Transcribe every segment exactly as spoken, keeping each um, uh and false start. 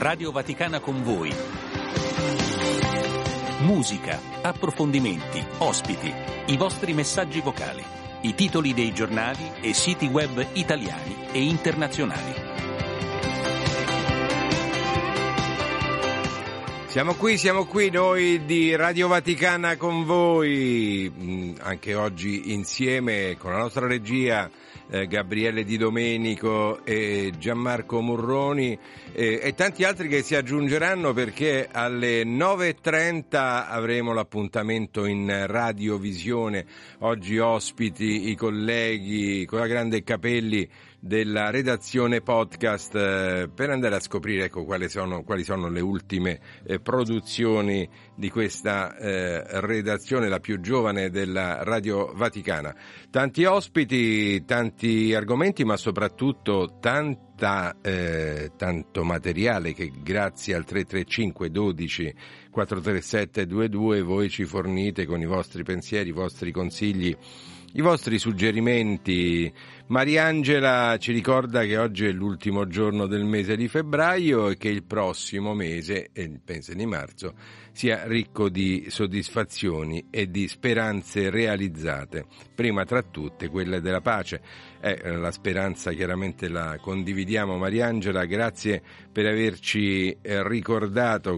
Radio Vaticana con voi. Musica, approfondimenti, ospiti, i vostri messaggi vocali, i titoli dei giornali e siti web italiani e internazionali. Siamo qui, siamo qui noi di Radio Vaticana con voi, anche oggi insieme con la nostra regia eh, Gabriele Di Domenico e Gianmarco Murroni eh, e tanti altri che si aggiungeranno, perché alle nove e trenta avremo l'appuntamento in radiovisione. Oggi ospiti i colleghi con la grande Capelli della redazione podcast eh, per andare a scoprire ecco quali sono, quali sono le ultime eh, produzioni di questa eh, redazione, la più giovane della Radio Vaticana. Tanti ospiti, tanti argomenti, ma soprattutto tanta, eh, tanto materiale che grazie al tre tre cinque dodici quattrocentotrentasette ventidue voi ci fornite con i vostri pensieri, i vostri consigli, i vostri suggerimenti. Mariangela ci ricorda che oggi è l'ultimo giorno del mese di febbraio e che il prossimo mese, il mese di marzo, sia ricco di soddisfazioni e di speranze realizzate, prima tra tutte quelle della pace. Eh, la speranza chiaramente la condividiamo, Mariangela, grazie per averci eh, ricordato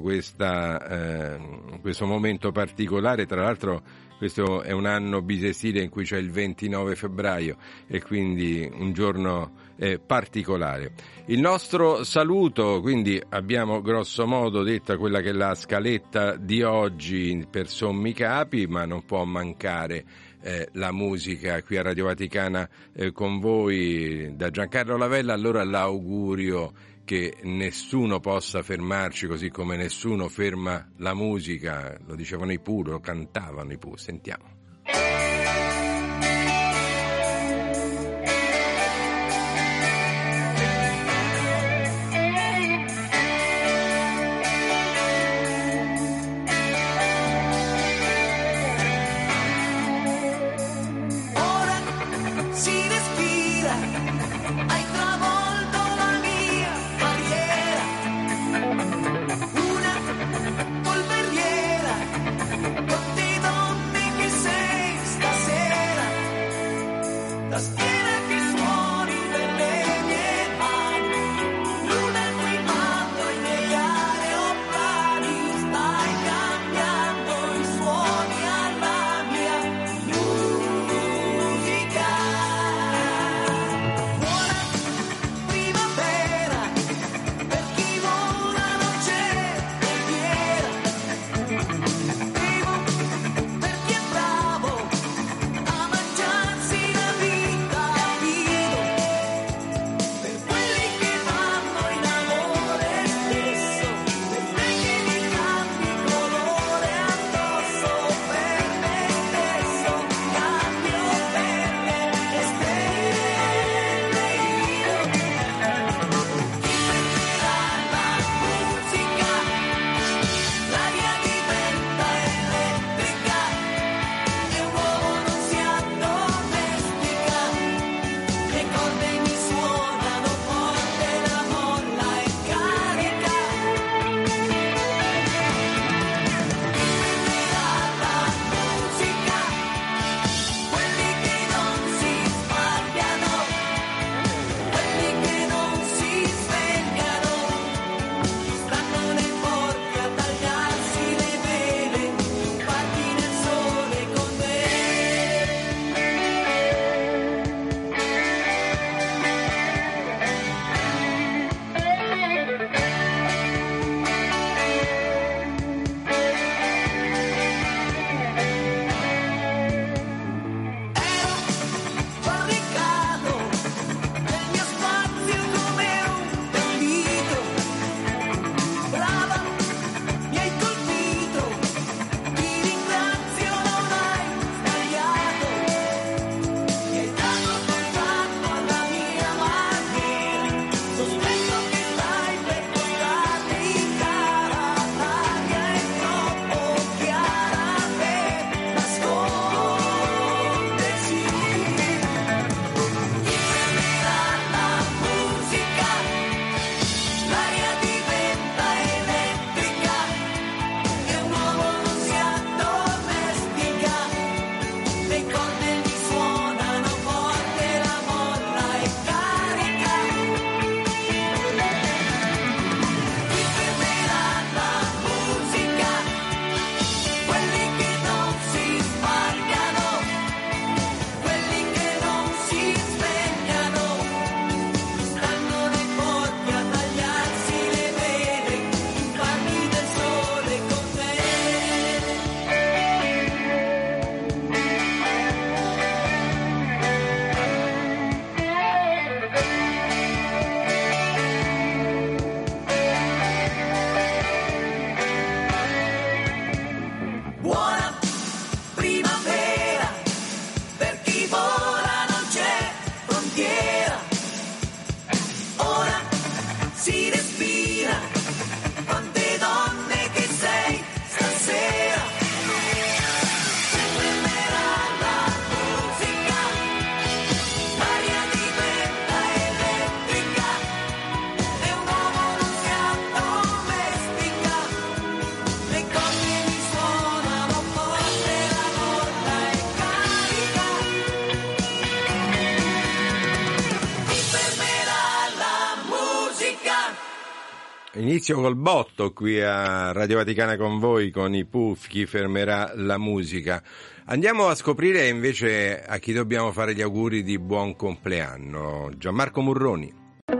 questa, eh, questo momento particolare. Tra l'altro questo è un anno bisestile in cui c'è il ventinove febbraio e quindi un giorno eh, particolare. Il nostro saluto, quindi abbiamo grosso modo detta quella che è la scaletta di oggi per sommi capi, ma non può mancare eh, la musica qui a Radio Vaticana eh, con voi da Giancarlo Lavella. Allora l'augurio che nessuno possa fermarci, così come nessuno ferma la musica, lo dicevano i Pooh, lo cantavano i Pooh. Sentiamo. Polveriera, con te donne che sei stasera. Inizio col botto qui a Radio Vaticana con voi, con i Puff, chi fermerà la musica. Andiamo a scoprire invece a chi dobbiamo fare gli auguri di buon compleanno. Gianmarco Murroni.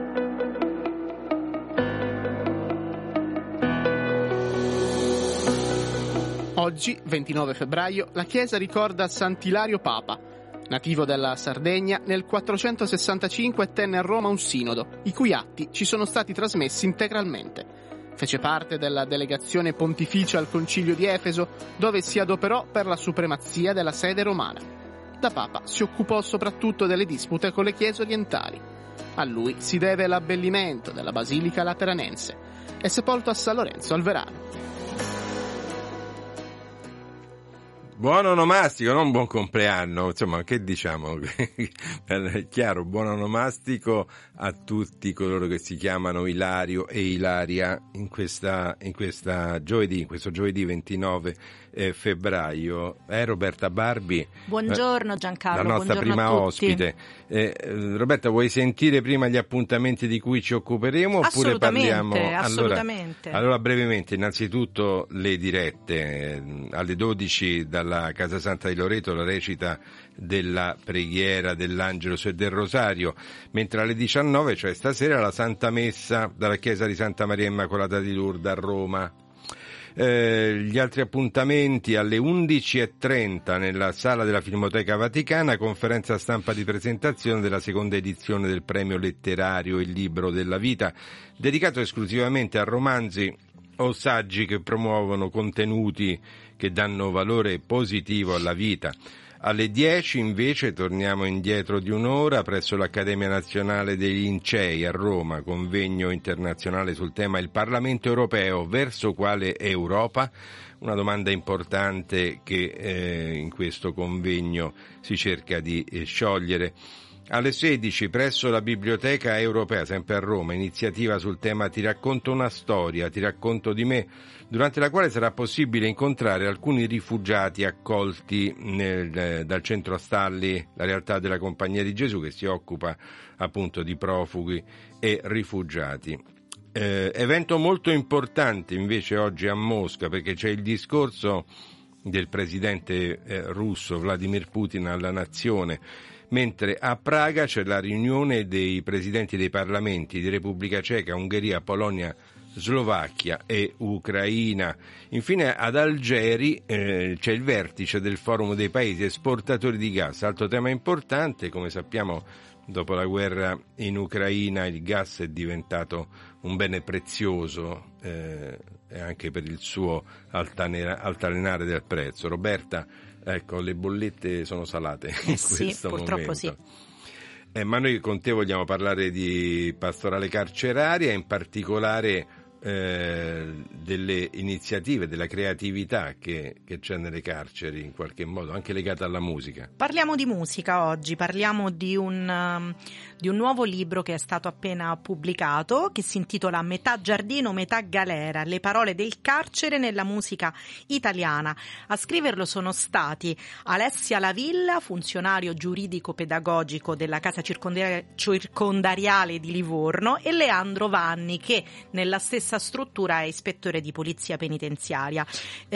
Oggi, ventinove febbraio, la Chiesa ricorda Sant'Ilario Papa. Nativo della Sardegna, nel quattrocentosessantacinque tenne a Roma un sinodo, i cui atti ci sono stati trasmessi integralmente. Fece parte della delegazione pontificia al Concilio di Efeso, dove si adoperò per la supremazia della sede romana. Da Papa si occupò soprattutto delle dispute con le chiese orientali. A lui si deve l'abbellimento della Basilica Lateranense. È sepolto a San Lorenzo al Verano. Buon onomastico, non buon compleanno, insomma, che diciamo? È chiaro, buon onomastico a tutti coloro che si chiamano Ilario e Ilaria in questa, in questa giovedì, in questo giovedì ventinove eh, febbraio. Eh, Roberta Barbi. Buongiorno Giancarlo, la nostra buongiorno prima a tutti. ospite. Eh, Roberta, vuoi sentire prima gli appuntamenti di cui ci occuperemo oppure parliamo? Assolutamente. Allora, allora brevemente, innanzitutto le dirette eh, alle dodici dalla la Casa Santa di Loreto, la recita della preghiera dell'Angelus e del Rosario, mentre alle diciannove, cioè stasera, la Santa Messa dalla chiesa di Santa Maria Immacolata di Lourdes a Roma. Eh, gli altri appuntamenti alle undici e trenta nella sala della Filmoteca Vaticana, conferenza stampa di presentazione della seconda edizione del premio letterario Il Libro della Vita, dedicato esclusivamente a romanzi o saggi che promuovono contenuti che danno valore positivo alla vita. Alle dieci invece torniamo indietro di un'ora presso l'Accademia Nazionale dei Lincei a Roma, convegno internazionale sul tema Il Parlamento Europeo, verso quale Europa? Una domanda importante che eh, in questo convegno si cerca di eh, sciogliere. Alle sedici presso la Biblioteca Europea, sempre a Roma, iniziativa sul tema Ti racconto una storia, ti racconto di me, durante la quale sarà possibile incontrare alcuni rifugiati accolti nel, dal centro Stalli, la realtà della Compagnia di Gesù che si occupa appunto di profughi e rifugiati. Eh, evento molto importante invece oggi a Mosca, perché c'è il discorso del presidente eh, russo Vladimir Putin alla nazione, mentre a Praga c'è la riunione dei presidenti dei parlamenti di Repubblica Ceca, Ungheria, Polonia, Slovacchia e Ucraina. Infine ad Algeri eh, c'è il vertice del Forum dei Paesi esportatori di gas, altro tema importante. Come sappiamo, dopo la guerra in Ucraina il gas è diventato un bene prezioso eh, anche per il suo altanera, altalenare del prezzo. Roberta, ecco, le bollette sono salate in eh sì, questo purtroppo momento. Sì. Eh, ma noi con te vogliamo parlare di pastorale carceraria, in particolare eh, delle iniziative, della creatività che, che c'è nelle carceri, in qualche modo, anche legata alla musica. Parliamo di musica oggi, parliamo di un, um, di un nuovo libro che è stato appena pubblicato, che si intitola Metà giardino, metà galera, le parole del carcere nella musica italiana. A scriverlo sono stati Alessia Lavilla, funzionario giuridico-pedagogico della Casa Circondariale di Livorno, e Leandro Vanni, che nella stessa struttura è ispettore di polizia penitenziaria.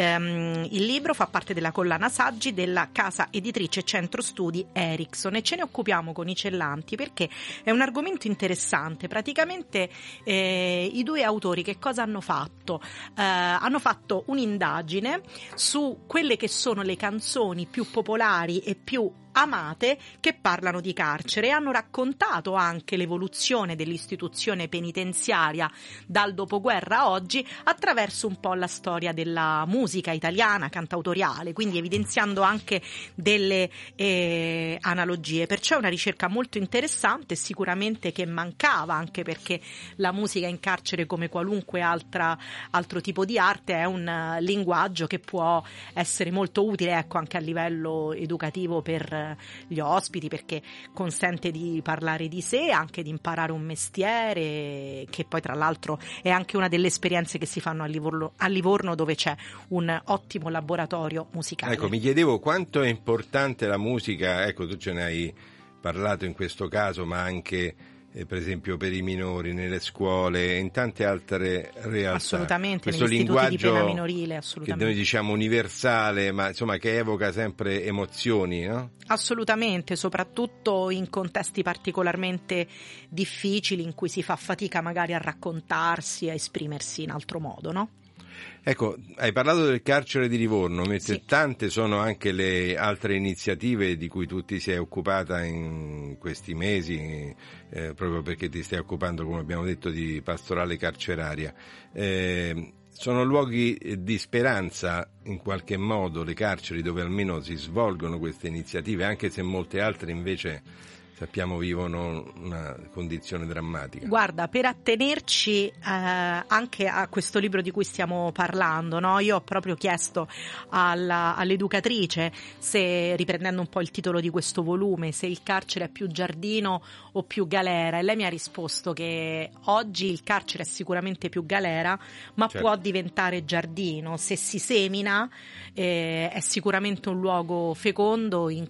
Ehm, il libro fa parte della collana saggi della casa editrice Centro Studi Erickson, e ce ne occupiamo con i Cellanti perché è un argomento interessante. Praticamente eh, i due autori che cosa hanno fatto? Eh, hanno fatto un'indagine su quelle che sono le canzoni più popolari e più amate che parlano di carcere, e hanno raccontato anche l'evoluzione dell'istituzione penitenziaria dal dopoguerra a oggi attraverso un po' la storia della musica italiana cantautoriale, quindi evidenziando anche delle eh, analogie. Perciò è una ricerca molto interessante, sicuramente che mancava, anche perché la musica in carcere, come qualunque altra, altro tipo di arte, è un uh, linguaggio che può essere molto utile, ecco, anche a livello educativo per gli ospiti, perché consente di parlare di sé, anche di imparare un mestiere, che poi tra l'altro è anche una delle esperienze che si fanno a Livorno, a Livorno dove c'è un ottimo laboratorio musicale. Ecco, mi chiedevo quanto è importante la musica, ecco, tu ce ne hai parlato in questo caso, ma anche eh, per esempio per i minori nelle scuole e in tante altre realtà. Assolutamente, questo negli istituti di pena minorile, che assolutamente. noi diciamo universale, ma insomma che evoca sempre emozioni, no? Assolutamente, soprattutto in contesti particolarmente difficili in cui si fa fatica magari a raccontarsi, a esprimersi in altro modo, no? Ecco, hai parlato del carcere di Livorno, mentre Sì. tante sono anche le altre iniziative di cui tu ti sei occupata in questi mesi, eh, proprio perché ti stai occupando, come abbiamo detto, di pastorale carceraria. Eh, sono luoghi di speranza in qualche modo, le carceri dove almeno si svolgono queste iniziative, anche se molte altre invece sappiamo vivono una condizione drammatica. Guarda, per attenerci eh, anche a questo libro di cui stiamo parlando, no? Io ho proprio chiesto alla, all'educatrice se, riprendendo un po' il titolo di questo volume, se il carcere è più giardino o più galera, e lei mi ha risposto che oggi il carcere è sicuramente più galera, ma certo. può diventare giardino se si semina. Eh, è sicuramente un luogo fecondo in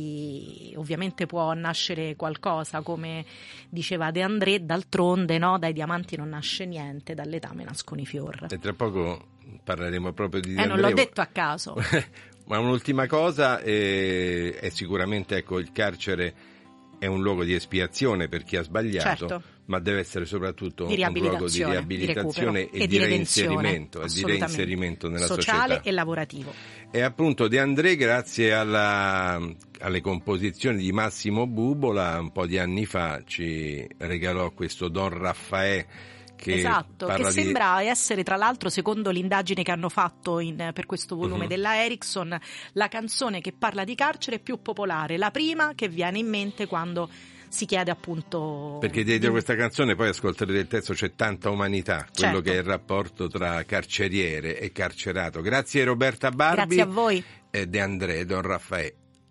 cui ovviamente può nascere qualcosa, come diceva De André, d'altronde, no? Dai diamanti non nasce niente, dall'etame nascono i fior. E tra poco parleremo proprio di De Eh, André. non l'ho detto a caso. Ma un'ultima cosa eh, è sicuramente, ecco, il carcere è un luogo di espiazione per chi ha sbagliato, certo. ma deve essere soprattutto Di un luogo di riabilitazione, riabilitazione di e, e di di reinserimento, e di assolutamente. reinserimento nella sociale società. e lavorativo. E appunto De André, grazie alla, alle composizioni di Massimo Bubola, un po' di anni fa ci regalò questo Don Raffaè, che esatto, che parla sembra di... essere, tra l'altro, secondo l'indagine che hanno fatto in, per questo volume uh-huh. della Ericsson, la canzone che parla di carcere più popolare, la prima che viene in mente quando si chiede appunto... Perché dietro questa canzone poi ascolterete il testo, c'è tanta umanità, quello certo. che è il rapporto tra carceriere e carcerato. Grazie Roberta Barbi. Grazie a voi. E De André, Don Raffaè.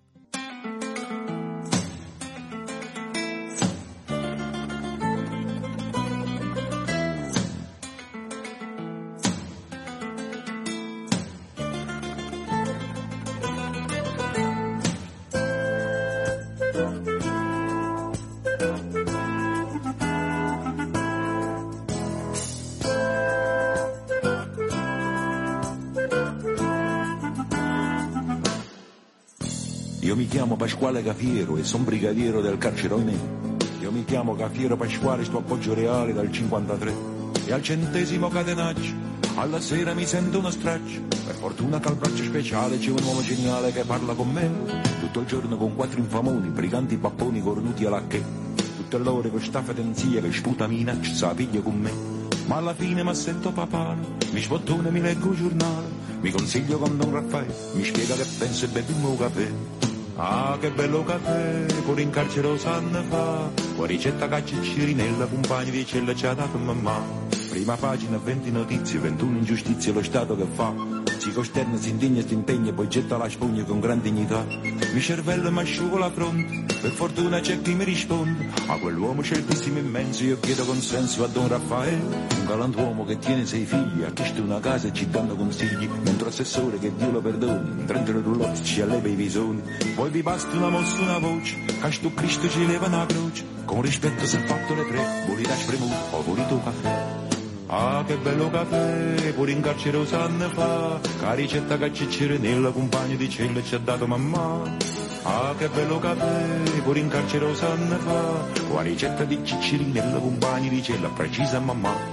Io mi chiamo Pasquale Cafiero e son brigadiero del carcere Oimè. Io mi chiamo Cafiero Pasquale, sto appoggio reale dal cinquantatré. E al centesimo catenaccio, alla sera mi sento uno straccio. Per fortuna che al braccio speciale c'è un uomo geniale che parla con me. Tutto il giorno con quattro infamoni, briganti papponi cornuti alla che. Tutte l'ore con sta fedenzia che sputa minaccia, sa piglia con me. Ma alla fine mi sento papale, mi sbottone, mi leggo il giornale. Mi consiglio con Don Raffaele, mi spiega che penso e beviamo un caffè. Ah, che bello caffè, pure in carcere lo sanno fa. Qua ricetta caccia e cirinella, compagni di cella ci ha dato mamma. Prima pagina, venti notizie, ventuno ingiustizie, lo Stato che fa. Si costerna, si indigna, si impegna, poi getta la spugna con gran dignità. Mi cervello mi asciugo la fronte, per fortuna c'è chi mi risponde. A quell'uomo certissimo immenso io chiedo consenso a Don Raffaele. Un galantuomo che tiene sei figli, ha chiesto una casa e ci danno consigli. Mentre assessore, che Dio lo perdoni, in trenta roulotte ci alleva i visoni. Poi vi basta una mossa, una voce, che sto Cristo ci leva una croce. Con rispetto si è fatto le tre, volita spremuto, ho volito caffè. Ah, che bello caffè, pure in carcere lo sanno fa. Che ricetta che c'è nella compagna di cella ci ha dato mamma. Ah, che bello caffè, pure in carcere lo sanno fa. La ricetta di Cicciri nella compagna di cella precisa mamma.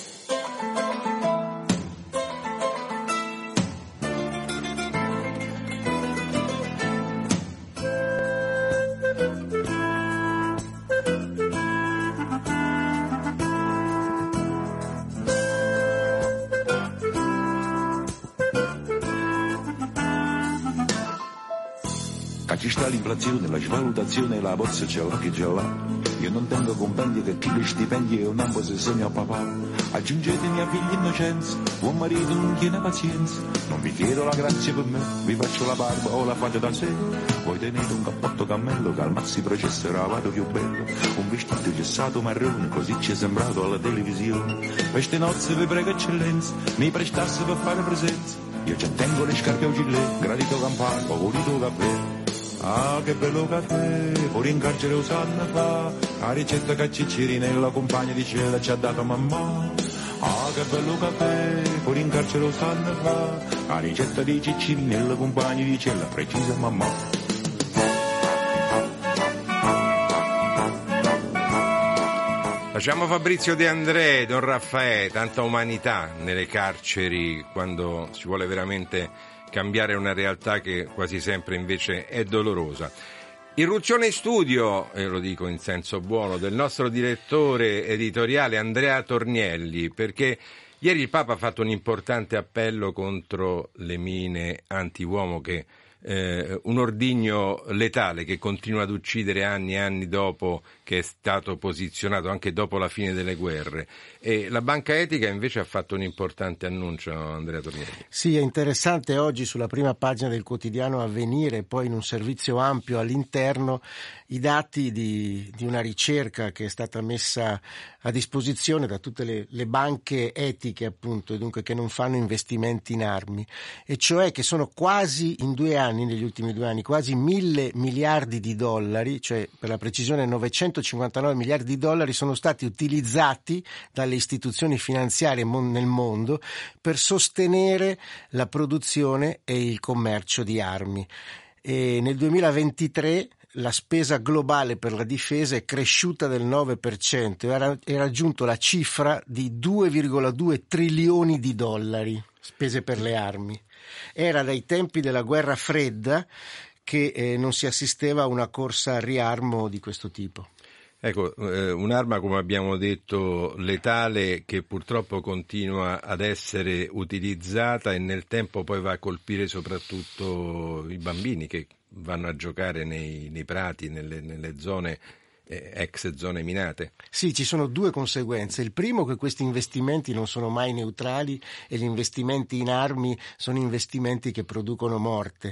Ci sta l'inflazione, la svalutazione, la borsa c'è là che c'è là. Io non tengo compendi che chi li stipendi è un ambo se segna a papà. Aggiungetemi a figli innocenza, buon marito non tiene pazienza. Non vi chiedo la grazia per me, vi faccio la barba o la fate da sé. Voi tenete un cappotto cammello che al maxi processo era lavato più bello. Un vestito gessato marrone, così ci è sembrato alla televisione. Queste nozze vi prego eccellenza, mi prestasse per fare presenza. Io ci tengo le scarpe a gilet, gradito campano, ho voluto caffè. Ah, che bello caffè, pure in carcere usanno fa, la ricetta che Ciccirinella, compagna di cella, ci ha dato mamma. Ah, che bello caffè, pure in carcere usanno fa, la ricetta di Ciccirinella, compagna di cella, precisa mamma. Facciamo Fabrizio De André, Don Raffaele, tanta umanità nelle carceri quando si vuole veramente cambiare una realtà che quasi sempre invece è dolorosa. Irruzione in studio, e lo dico in senso buono, del nostro direttore editoriale Andrea Tornielli, perché ieri il Papa ha fatto un importante appello contro le mine anti-uomo che Eh, un ordigno letale che continua ad uccidere anni e anni dopo che è stato posizionato, anche dopo la fine delle guerre. E la Banca Etica invece ha fatto un importante annuncio, Andrea Tornielli. Sì, è interessante oggi sulla prima pagina del quotidiano Avvenire e poi in un servizio ampio all'interno i dati di, di una ricerca che è stata messa a disposizione da tutte le, le banche etiche, appunto, e dunque che non fanno investimenti in armi, e cioè che sono quasi in due anni, negli ultimi due anni, quasi mille miliardi di dollari, cioè per la precisione novecentocinquantanove miliardi di dollari sono stati utilizzati dalle istituzioni finanziarie nel mondo per sostenere la produzione e il commercio di armi. E nel duemilaventitré la spesa globale per la difesa è cresciuta del nove per cento e ha raggiunto la cifra di due virgola due trilioni di dollari spese per le armi. Era dai tempi della guerra fredda che eh, non si assisteva a una corsa al riarmo di questo tipo. Ecco, eh, un'arma, come abbiamo detto, letale, che purtroppo continua ad essere utilizzata e nel tempo poi va a colpire soprattutto i bambini che vanno a giocare nei, nei prati, nelle, nelle zone eh, ex zone minate. Sì, ci sono due conseguenze. Il primo è che questi investimenti non sono mai neutrali e gli investimenti in armi sono investimenti che producono morte.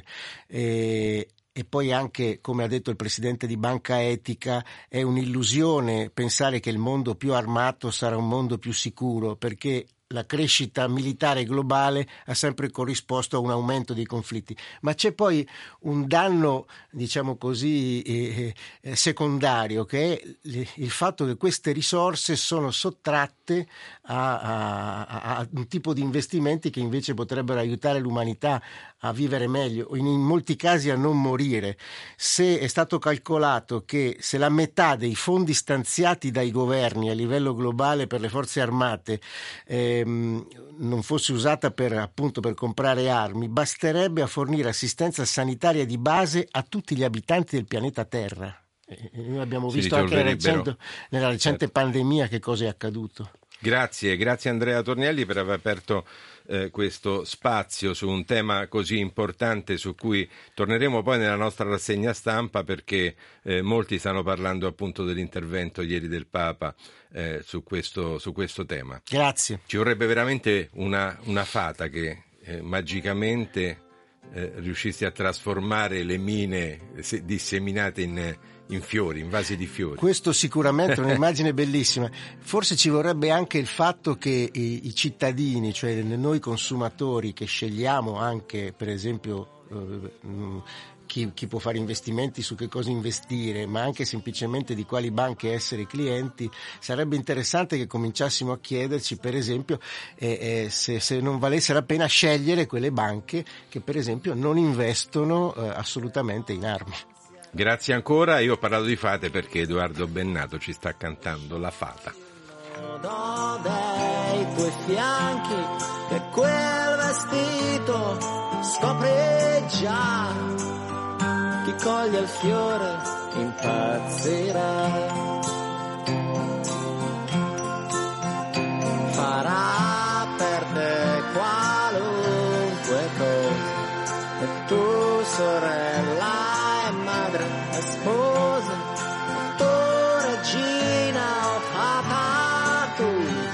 E... E poi anche, come ha detto il presidente di Banca Etica, è un'illusione pensare che il mondo più armato sarà un mondo più sicuro, perché la crescita militare globale ha sempre corrisposto a un aumento dei conflitti. Ma c'è poi un danno, diciamo così, eh, eh, secondario, che è il fatto che queste risorse sono sottratte a, a, a un tipo di investimenti che invece potrebbero aiutare l'umanità a vivere meglio, in, in molti casi a non morire. Se è stato calcolato che se la metà dei fondi stanziati dai governi a livello globale per le forze armate eh, non fosse usata per, appunto, per comprare armi, basterebbe a fornire assistenza sanitaria di base a tutti gli abitanti del pianeta Terra. E noi abbiamo si visto anche nella recente, nella recente certo. pandemia che cosa è accaduto. Grazie, grazie Andrea Tornielli per aver aperto eh, questo spazio su un tema così importante, su cui torneremo poi nella nostra rassegna stampa, perché eh, molti stanno parlando appunto dell'intervento ieri del Papa eh, su questo, su questo tema. Grazie. Ci vorrebbe veramente una, una fata che eh, magicamente eh, riuscisse a trasformare le mine disseminate in in fiori, in vasi di fiori. Questo sicuramente è un'immagine bellissima. Forse ci vorrebbe anche il fatto che i, i cittadini, cioè noi consumatori che scegliamo anche, per esempio, eh, chi, chi può fare investimenti, su che cosa investire, ma anche semplicemente di quali banche essere clienti, sarebbe interessante che cominciassimo a chiederci, per esempio, eh, eh, se, se non valesse la pena scegliere quelle banche che, per esempio, non investono eh, assolutamente in armi. Grazie ancora, io ho parlato di fate perché Edoardo Bennato ci sta cantando La Fata. Odo dei tuoi fianchi che quel vestito scopre già, chi coglie il fiore impazzirà, farà per te qualunque cosa e tu sorella madre e sposa, tu regina o fata, tu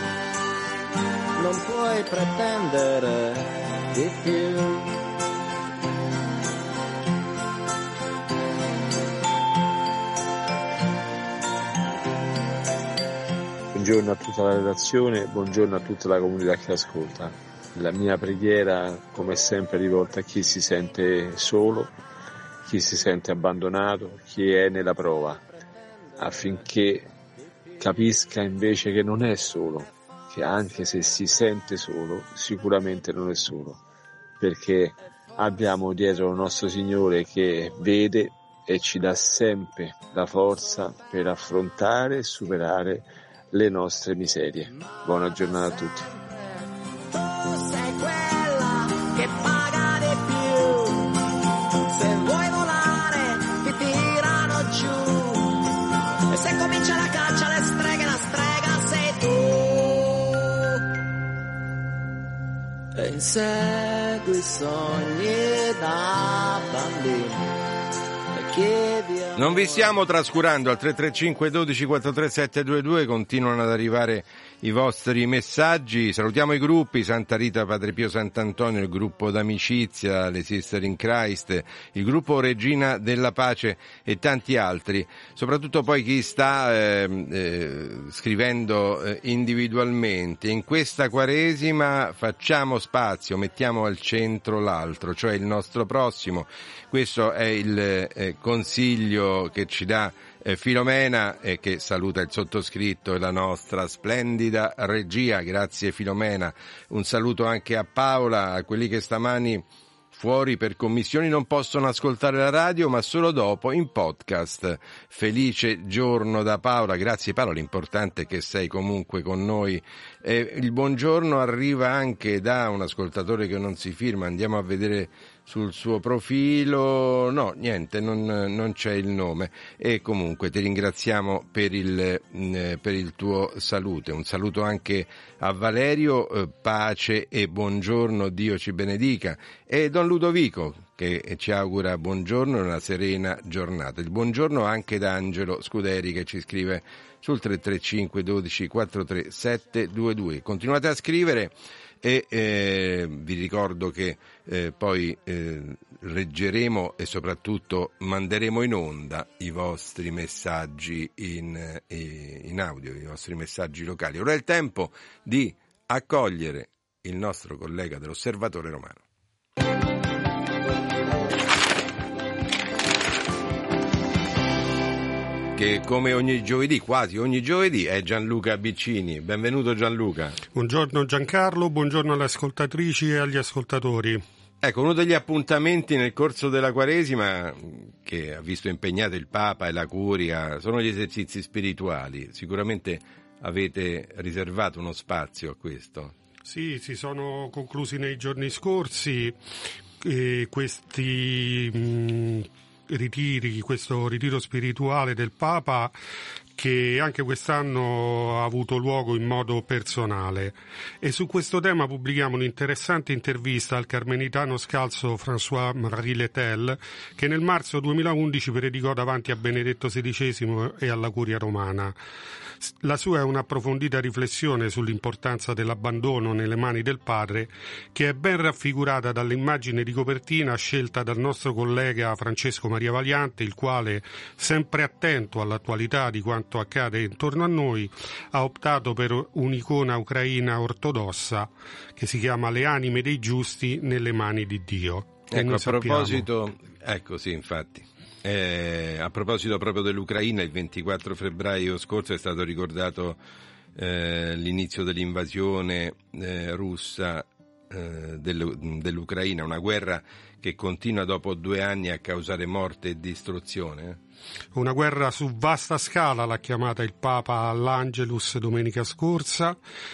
non puoi pretendere di più. Buongiorno a tutta la redazione, buongiorno a tutta la comunità che ascolta. La mia preghiera, come sempre, è rivolta a chi si sente solo, chi si sente abbandonato, chi è nella prova, affinché capisca invece che non è solo, che anche se si sente solo, sicuramente non è solo, perché abbiamo dietro il nostro Signore che vede e ci dà sempre la forza per affrontare e superare le nostre miserie. Buona giornata a tutti. Tu sei quella che paga di più, se vuoi volare ti tirano giù, e se comincia la caccia alle streghe, la strega sei tu, e insegui sogni da bambino. Non vi stiamo trascurando, al tre tre cinque dodici quarantatré settecentoventidue continuano ad arrivare i vostri messaggi. Salutiamo i gruppi: Santa Rita, Padre Pio Sant'Antonio, il gruppo d'amicizia, le Sister in Christ, il gruppo Regina della Pace e tanti altri. Soprattutto poi chi sta eh, eh, scrivendo eh, individualmente. In questa Quaresima facciamo spazio, mettiamo al centro l'altro, cioè il nostro prossimo. Questo è il eh, consiglio che ci dà eh, Filomena, e eh, che saluta il sottoscritto e la nostra splendida regia. Grazie Filomena. Un saluto anche a Paola, a quelli che stamani fuori per commissioni non possono ascoltare la radio, ma solo dopo in podcast. Felice giorno da Paola. Grazie Paola, l'importante è che sei comunque con noi. Eh, il buongiorno arriva anche da un ascoltatore che non si firma, andiamo a vedere sul suo profilo. No, niente, non, non c'è il nome, e comunque ti ringraziamo per il, eh, per il tuo saluto. Un saluto anche a Valerio, eh, pace e buongiorno, Dio ci benedica, e Don Ludovico che ci augura buongiorno e una serena giornata. Il buongiorno anche da Angelo Scuderi che ci scrive sul tre tre cinque dodici quarantatré settecentoventidue. Continuate a scrivere. E eh, vi ricordo che eh, poi eh, leggeremo e soprattutto manderemo in onda i vostri messaggi in, eh, in audio, i vostri messaggi locali. Ora è il tempo di accogliere il nostro collega dell'Osservatore Romano. Che come ogni giovedì, quasi ogni giovedì, è Gianluca Biccini. Benvenuto Gianluca. Buongiorno Giancarlo, buongiorno alle ascoltatrici e agli ascoltatori. Ecco, uno degli appuntamenti nel corso della Quaresima che ha visto impegnati il Papa e la Curia sono gli esercizi spirituali. Sicuramente avete riservato uno spazio a questo. Sì, si sono conclusi nei giorni scorsi e questi mh, ritiri, questo ritiro spirituale del Papa, che anche quest'anno ha avuto luogo in modo personale, e su questo tema pubblichiamo un'interessante intervista al carmelitano scalzo François-Marie Letel, che nel marzo duemilaundici predicò davanti a Benedetto sedicesimo e alla Curia Romana. La sua è un'approfondita riflessione sull'importanza dell'abbandono nelle mani del Padre, che è ben raffigurata dall'immagine di copertina scelta dal nostro collega Francesco Maria Valiante, il quale, sempre attento all'attualità di quanto accade intorno a noi, ha optato per un'icona ucraina ortodossa che si chiama Le anime dei giusti nelle mani di Dio. Ecco, a proposito, ecco sì, infatti. Eh, a proposito proprio dell'Ucraina, il ventiquattro febbraio scorso è stato ricordato eh, l'inizio dell'invasione eh, russa eh, dell'Ucraina, una guerra che continua dopo due anni a causare morte e distruzione. Una guerra su vasta scala, l'ha chiamata il Papa all'Angelus domenica scorsa,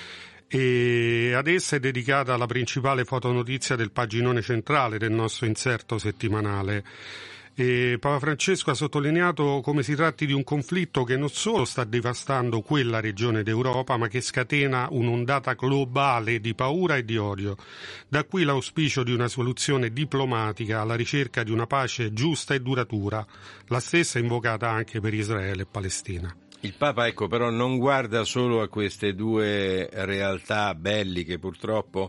e ad essa è dedicata la principale fotonotizia del paginone centrale del nostro inserto settimanale. E Papa Francesco ha sottolineato come si tratti di un conflitto che non solo sta devastando quella regione d'Europa, ma che scatena un'ondata globale di paura e di odio. Da qui l'auspicio di una soluzione diplomatica alla ricerca di una pace giusta e duratura, la stessa invocata anche per Israele e Palestina. Il Papa, ecco, però non guarda solo a queste due realtà belliche purtroppo,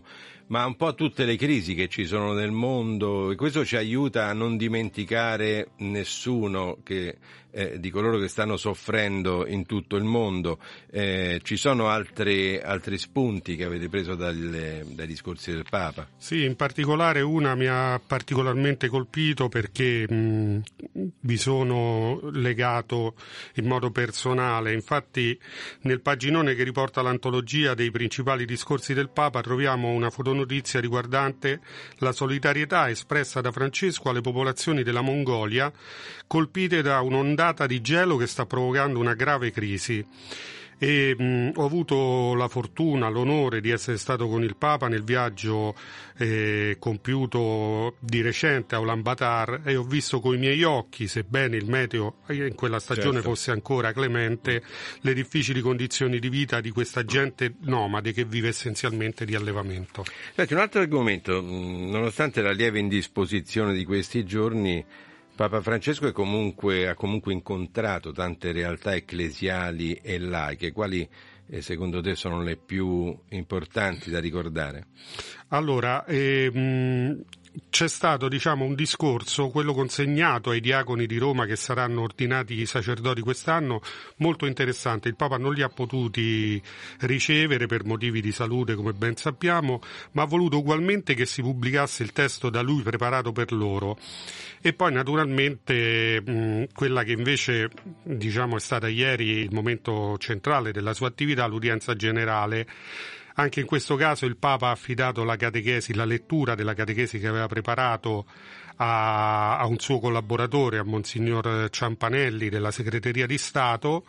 ma un po' tutte le crisi che ci sono nel mondo, e questo ci aiuta a non dimenticare nessuno che Eh, di coloro che stanno soffrendo in tutto il mondo. Eh, ci sono altri, altri spunti che avete preso dalle, dai discorsi del Papa? Sì, in particolare una mi ha particolarmente colpito perché mh, vi sono legato in modo personale. Infatti nel paginone che riporta l'antologia dei principali discorsi del Papa troviamo una fotonotizia riguardante la solidarietà espressa da Francesco alle popolazioni della Mongolia colpite da un'ondata di gelo che sta provocando una grave crisi. E mh, ho avuto la fortuna, l'onore di essere stato con il Papa nel viaggio eh, compiuto di recente a Ulaanbaatar, e ho visto coi miei occhi, sebbene il meteo in quella stagione certo. fosse ancora clemente, le difficili condizioni di vita di questa gente nomade che vive essenzialmente di allevamento. Senti, un altro argomento, nonostante la lieve indisposizione di questi giorni, Papa Francesco è comunque, ha comunque incontrato tante realtà ecclesiali e laiche. Quali eh, secondo te sono le più importanti da ricordare? Allora, ehm, c'è stato diciamo un discorso, quello consegnato ai diaconi di Roma che saranno ordinati sacerdoti quest'anno, molto interessante. Il Papa non li ha potuti ricevere per motivi di salute, come ben sappiamo, ma ha voluto ugualmente che si pubblicasse il testo da lui preparato per loro. E poi naturalmente mh, quella che invece diciamo è stata ieri il momento centrale della sua attività, l'udienza generale. Anche in questo caso il Papa ha affidato la catechesi, la lettura della catechesi che aveva preparato a, a un suo collaboratore, a Monsignor Ciampanelli della Segreteria di Stato,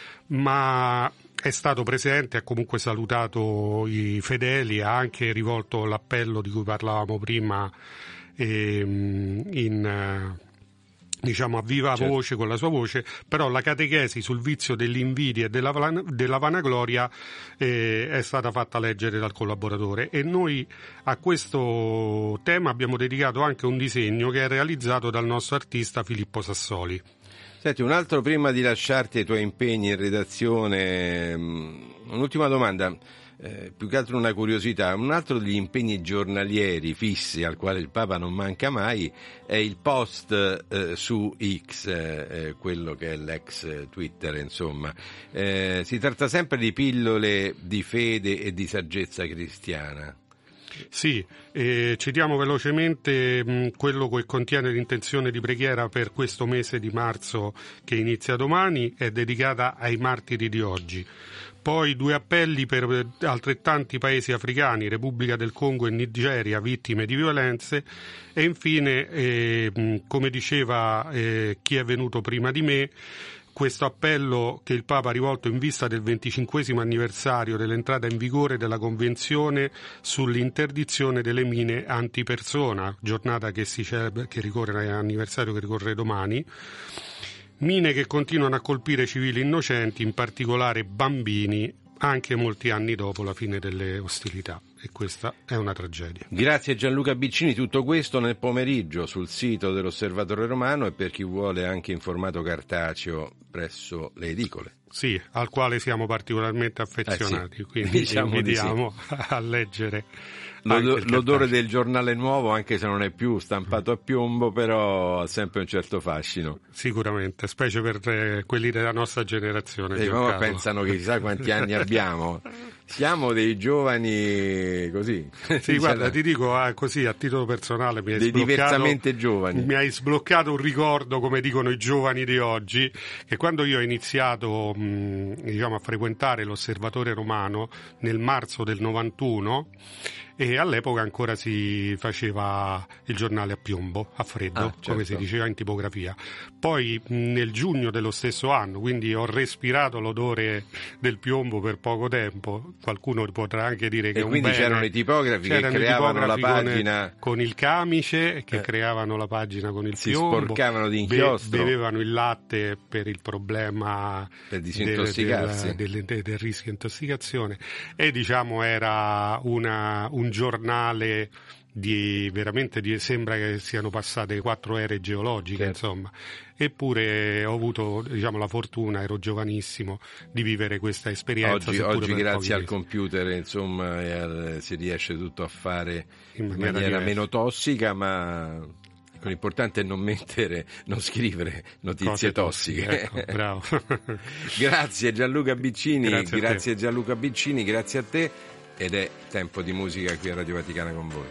ma è stato presente, ha comunque salutato i fedeli, ha anche rivolto l'appello di cui parlavamo prima ehm, in... diciamo a viva certo. voce, con la sua voce, però la catechesi sul vizio dell'invidia e della, della vanagloria eh, è stata fatta leggere dal collaboratore, e noi a questo tema abbiamo dedicato anche un disegno che è realizzato dal nostro artista Filippo Sassoli. Senti, un altro prima di lasciarti ai tuoi impegni in redazione, un'ultima domanda. Eh, più che altro una curiosità, un altro degli impegni giornalieri fissi al quale il Papa non manca mai è il post eh, su X, eh, quello che è l'ex Twitter, insomma. Eh, si tratta sempre di pillole di fede e di saggezza cristiana. Sì, eh, citiamo velocemente mh, quello che contiene l'intenzione di preghiera per questo mese di marzo che inizia domani, è dedicata ai martiri di oggi. Poi due appelli per altrettanti paesi africani, Repubblica del Congo e Nigeria, vittime di violenze, e infine, eh, come diceva eh, chi è venuto prima di me, questo appello che il Papa ha rivolto in vista del venticinquesimo anniversario dell'entrata in vigore della Convenzione sull'interdizione delle mine antipersona, giornata che si celebra, che ricorre, anniversario che ricorre domani. Mine che continuano a colpire civili innocenti, in particolare bambini, anche molti anni dopo la fine delle ostilità, e questa è una tragedia. Grazie Gianluca Biccini, tutto questo nel pomeriggio sul sito dell'Osservatore Romano, e per chi vuole anche in formato cartaceo presso le edicole. Sì, al quale siamo particolarmente affezionati, eh sì, quindi diciamo ci invitiamo di sì. a leggere L'od- l'odore del giornale nuovo, anche se non è più stampato a piombo, però ha sempre un certo fascino. Sicuramente, specie per eh, quelli della nostra generazione. E ma pensano che chissà quanti anni abbiamo. Siamo dei giovani così. Sì, guarda, ti dico ah, così a titolo personale, mi hai dei sbloccato, diversamente giovani. Mi hai sbloccato un ricordo, come dicono i giovani di oggi, che quando io ho iniziato mh, diciamo a frequentare l'Osservatore Romano nel marzo del novantuno, e all'epoca ancora si faceva il giornale a piombo, a freddo, ah, certo. come si diceva in tipografia. Poi nel giugno dello stesso anno, quindi ho respirato l'odore del piombo per poco tempo. Qualcuno potrà anche dire che e è un quindi bene. C'erano i tipografi c'erano che creavano tipografi la pagina con, con il camice, che eh. creavano la pagina con il si piombo, sporcavano di inchiostro, be- bevevano il latte per il problema per disintossicarsi del, del, del, del rischio di intossicazione, e diciamo era una un giornale di veramente di, sembra che siano passate quattro ere geologiche, certo. Insomma. Eppure ho avuto, diciamo, la fortuna, ero giovanissimo, di vivere questa esperienza. Oggi, oggi grazie al computer, insomma, al, si riesce tutto a fare in maniera, in maniera meno tossica, ma l'importante è non mettere, non scrivere notizie tossiche. Ecco, bravo. Grazie Gianluca Biccini, grazie, grazie Gianluca Biccini, grazie a te, ed è tempo di musica qui a Radio Vaticana con voi.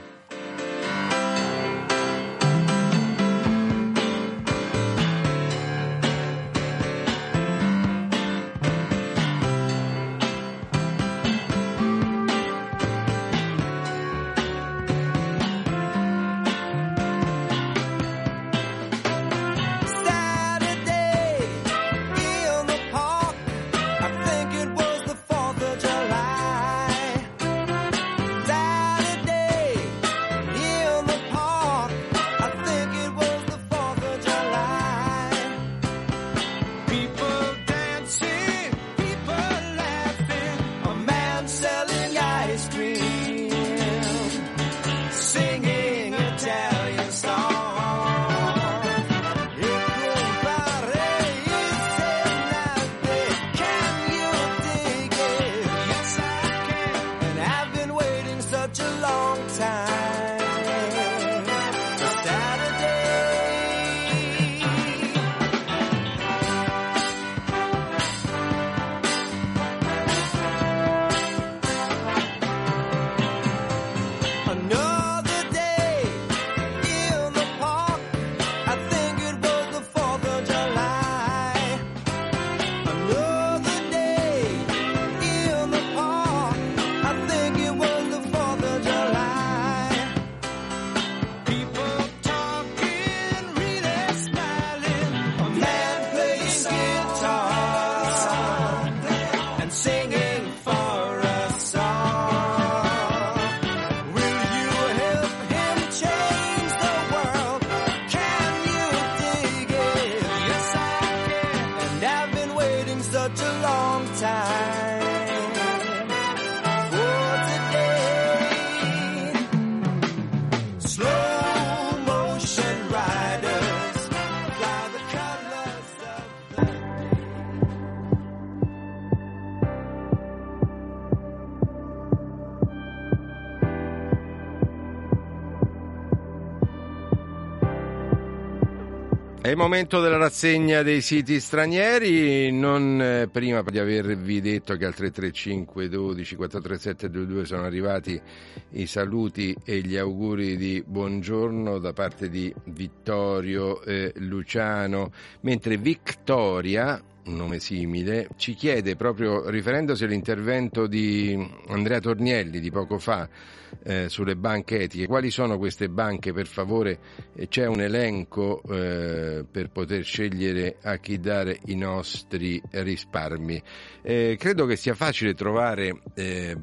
È il momento della rassegna dei siti stranieri, non eh, prima di avervi detto che al tre tre cinque dodici quattro tre sette due due sono arrivati i saluti e gli auguri di buongiorno da parte di Vittorio eh, Luciano, mentre Victoria, un nome simile, ci chiede, proprio riferendosi all'intervento di Andrea Tornielli di poco fa eh, sulle banche etiche, quali sono queste banche, per favore? C'è un elenco eh, per poter scegliere a chi dare i nostri risparmi. Eh, credo che sia facile trovare, eh,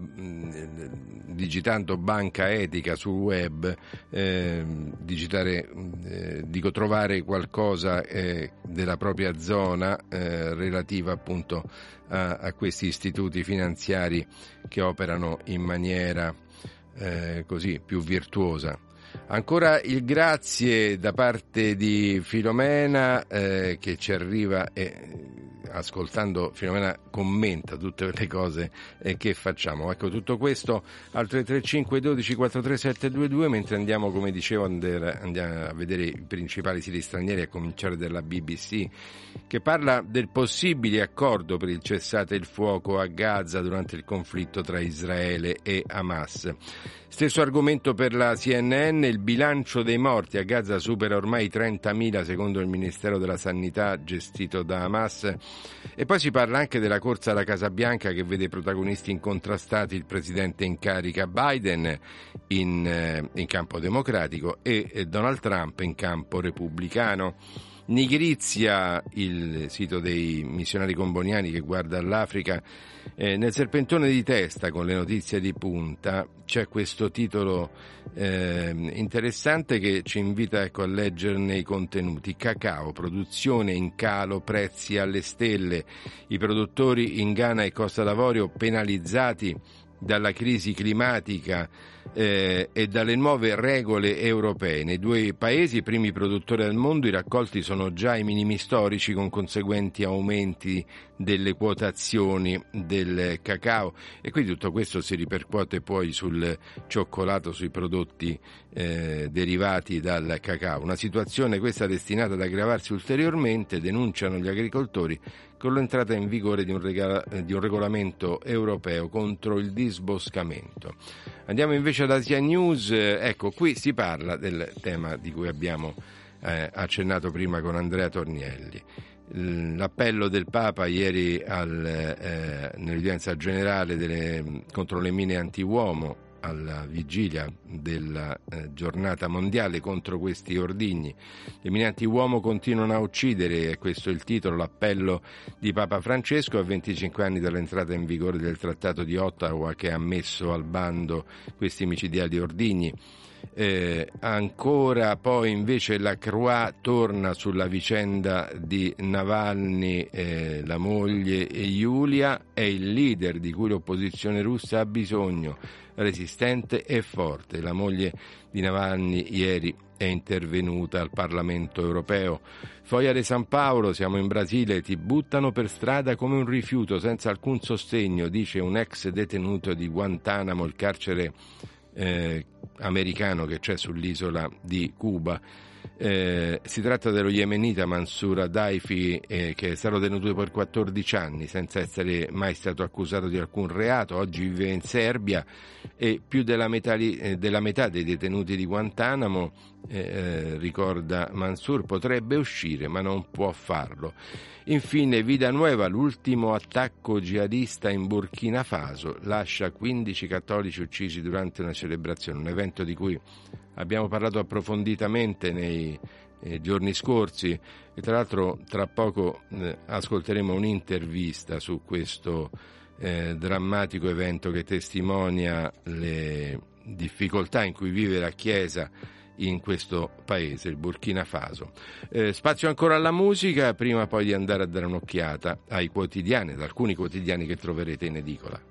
digitando banca etica sul web, eh, digitare, eh, dico trovare qualcosa eh, della propria zona eh, relativa appunto a, a questi istituti finanziari che operano in maniera eh, così più virtuosa. Ancora il grazie da parte di Filomena eh, che ci arriva e ascoltando Filomena commenta tutte le cose eh, che facciamo. Ecco, tutto questo al tre tre cinque dodici quattro tre sette due due, mentre andiamo, come dicevo, andiamo a vedere i principali siti stranieri, a cominciare dalla B B C, che parla del possibile accordo per il cessate il fuoco a Gaza durante il conflitto tra Israele e Hamas. Stesso argomento per la C N N, il bilancio dei morti a Gaza supera ormai i trentamila secondo il Ministero della Sanità gestito da Hamas. E poi si parla anche della corsa alla Casa Bianca che vede protagonisti incontrastati il presidente in carica Biden in, in campo democratico e, e Donald Trump in campo repubblicano. Nigrizia, il sito dei missionari comboniani che guarda all'Africa, eh, nel serpentone di testa con le notizie di punta c'è questo titolo eh, interessante che ci invita, ecco, a leggerne i contenuti. Cacao, produzione in calo, prezzi alle stelle, i produttori in Ghana e Costa d'Avorio penalizzati dalla crisi climatica eh, e dalle nuove regole europee. Nei due paesi, primi produttori al mondo, i raccolti sono già ai minimi storici, con conseguenti aumenti delle quotazioni del cacao, e quindi tutto questo si ripercuote poi sul cioccolato, sui prodotti eh, derivati dal cacao. Una situazione questa destinata ad aggravarsi ulteriormente, denunciano gli agricoltori, con l'entrata in vigore di un, regala, di un regolamento europeo contro il disboscamento. Andiamo invece ad Asia News. Ecco, qui si parla del tema di cui abbiamo eh, accennato prima con Andrea Tornielli. L'appello del Papa ieri al, eh, nell'udienza generale delle, contro le mine antiuomo, alla vigilia della eh, giornata mondiale contro questi ordigni. Le mine antiuomo continuano a uccidere, è questo il titolo, l'appello di Papa Francesco a venticinque anni dall'entrata in vigore del Trattato di Ottawa, che ha messo al bando questi micidiali ordigni. Eh, ancora poi invece la Croix torna sulla vicenda di Navalny, eh, la moglie e Yulia è il leader di cui l'opposizione russa ha bisogno, resistente e forte. La moglie di Navalny ieri è intervenuta al Parlamento europeo. Foglia di San Paolo, siamo in Brasile, ti buttano per strada come un rifiuto senza alcun sostegno, dice un ex detenuto di Guantanamo, il carcere Eh, americano che c'è sull'isola di Cuba. Eh, si tratta dello yemenita Mansour Adaifi, eh, che è stato tenuto per quattordici anni senza essere mai stato accusato di alcun reato. Oggi vive in Serbia e più della metà, eh, della metà dei detenuti di Guantanamo, eh, eh, ricorda Mansour, potrebbe uscire ma non può farlo. Infine Vida Nueva, l'ultimo attacco jihadista in Burkina Faso, lascia quindici cattolici uccisi durante una celebrazione, un evento di cui abbiamo parlato approfonditamente nei eh, giorni scorsi, e tra l'altro tra poco eh, ascolteremo un'intervista su questo eh, drammatico evento che testimonia le difficoltà in cui vive la Chiesa in questo paese, il Burkina Faso. Eh, spazio ancora alla musica, prima poi di andare a dare un'occhiata ai quotidiani, ad alcuni quotidiani che troverete in edicola.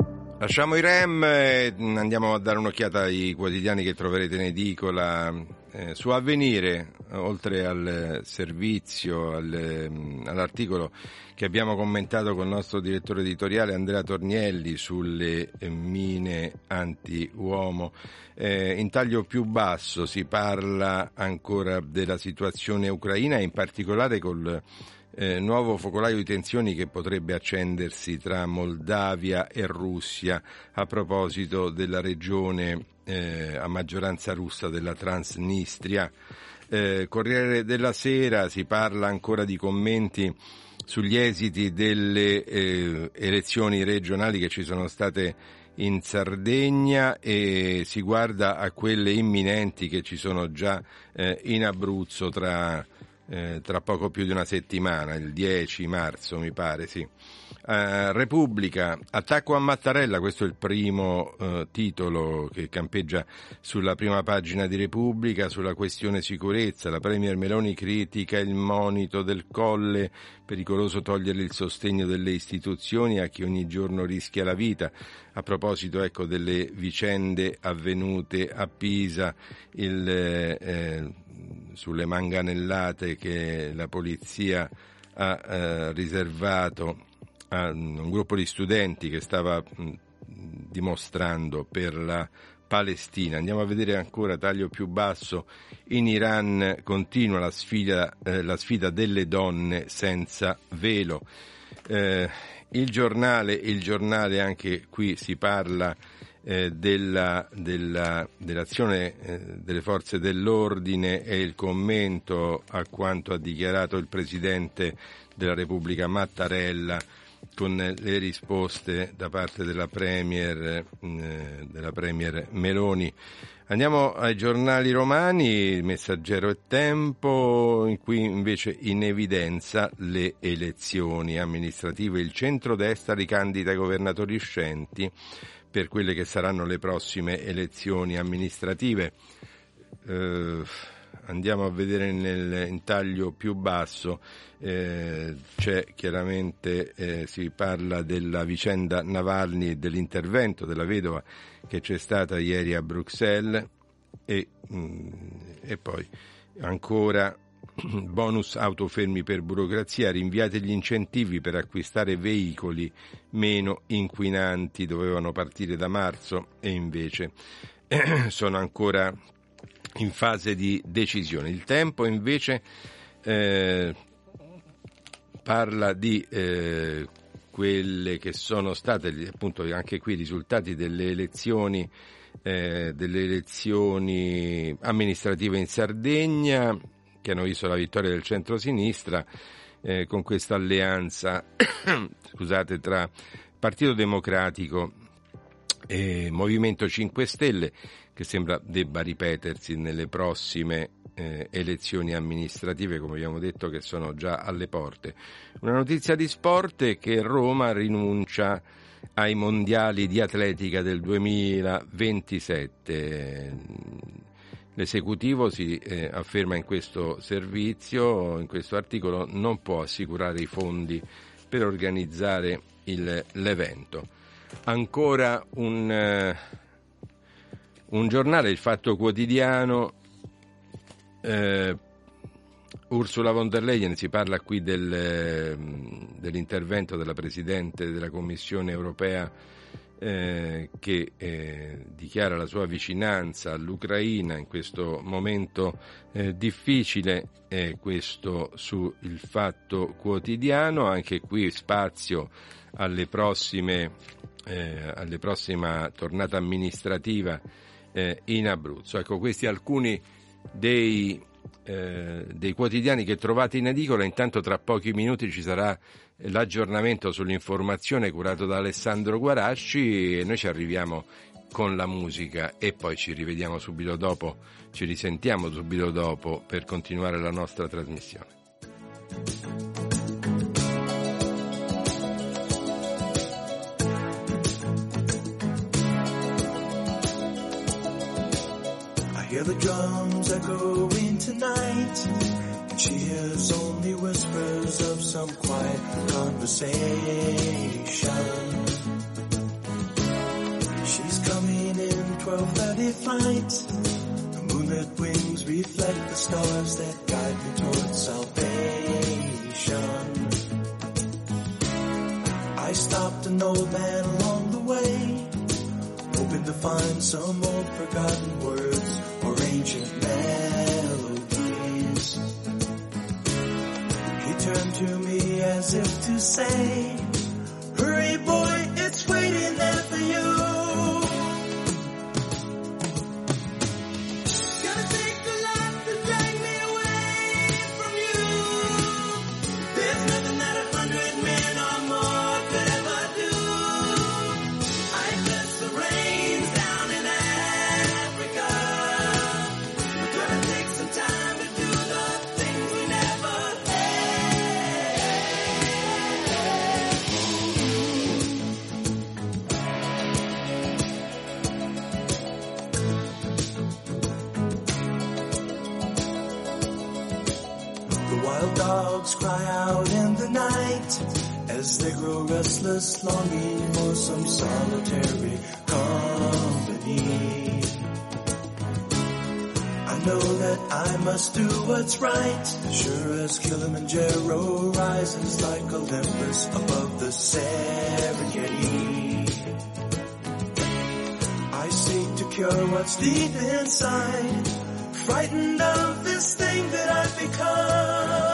Lasciamo i Rem e andiamo a dare un'occhiata ai quotidiani che troverete in edicola. eh, su Avvenire, oltre al servizio, al, all'articolo che abbiamo commentato con il nostro direttore editoriale Andrea Tornielli sulle mine anti-uomo, eh, in taglio più basso si parla ancora della situazione ucraina e in particolare col Eh, nuovo focolaio di tensioni che potrebbe accendersi tra Moldavia e Russia a proposito della regione eh, a maggioranza russa della Transnistria. Eh, Corriere della Sera si parla ancora di commenti sugli esiti delle eh, elezioni regionali che ci sono state in Sardegna e si guarda a quelle imminenti che ci sono già eh, in Abruzzo tra Eh, tra poco più di una settimana, il dieci marzo mi pare, sì. Uh, Repubblica, attacco a Mattarella, questo è il primo uh, titolo che campeggia sulla prima pagina di Repubblica sulla questione sicurezza. La Premier Meloni critica il monito del Colle, pericoloso togliere il sostegno delle istituzioni a chi ogni giorno rischia la vita. A proposito, ecco, delle vicende avvenute a Pisa, il eh, sulle manganellate che la polizia ha eh, riservato a un gruppo di studenti che stava mh, dimostrando per la Palestina. Andiamo a vedere ancora, taglio più basso, in Iran continua la sfida, eh, la sfida delle donne senza velo. Eh, il giornale, il giornale anche qui si parla Eh, della, della, dell'azione eh, delle forze dell'ordine e il commento a quanto ha dichiarato il Presidente della Repubblica Mattarella con le risposte da parte della Premier, eh, della Premier Meloni. Andiamo ai giornali romani, Messaggero e Tempo, in cui invece in evidenza le elezioni amministrative. Il centrodestra ricandida i governatori uscenti per quelle che saranno le prossime elezioni amministrative. Eh, andiamo a vedere nel in taglio più basso, eh, c'è chiaramente, eh, si parla della vicenda Navalny e dell'intervento della vedova che c'è stata ieri a Bruxelles e, mh, e poi ancora bonus autofermi per burocrazia, rinviate gli incentivi per acquistare veicoli meno inquinanti, dovevano partire da marzo e invece eh, sono ancora in fase di decisione. Il Tempo invece eh, parla di eh, quelle che sono state appunto anche qui i risultati delle elezioni eh, delle elezioni amministrative in Sardegna, che hanno visto la vittoria del centro-sinistra eh, con questa alleanza scusate, tra Partito Democratico e Movimento cinque Stelle, che sembra debba ripetersi nelle prossime eh, elezioni amministrative, come abbiamo detto, che sono già alle porte. Una notizia di sport è che Roma rinuncia ai mondiali di atletica del duemilaventisette. L'esecutivo si eh, afferma in questo servizio, in questo articolo, non può assicurare i fondi per organizzare il, l'evento. Ancora un, eh, un giornale, Il Fatto Quotidiano, eh, Ursula von der Leyen, si parla qui del, dell'intervento della Presidente della Commissione europea Eh, che eh, dichiara la sua vicinanza all'Ucraina in questo momento eh, difficile, eh, questo su Il Fatto Quotidiano. Anche qui spazio alle prossime eh, alle prossima tornata amministrativa eh, in Abruzzo. Ecco, questi alcuni dei eh, dei quotidiani che trovate in edicola. Intanto tra pochi minuti ci sarà l'aggiornamento sull'informazione curato da Alessandro Guarasci e noi ci arriviamo con la musica e poi ci rivediamo subito dopo, ci risentiamo subito dopo per continuare la nostra trasmissione. I hear the drums echoing tonight. She hears only whispers of some quiet conversation. She's coming in twelve thirty flight. The Moonlit wings reflect the stars that guide me towards salvation. I stopped an old man along the way, hoping to find some old forgotten words or ancient melodies. He turned to me as if to say, hurry boy, it's waiting there for you. Cry out in the night as they grow restless, longing for some solitary company. I know that I must do what's right, sure as Kilimanjaro rises like Olympus above the Serengeti. I seek to cure what's deep inside, frightened of this thing that I've become.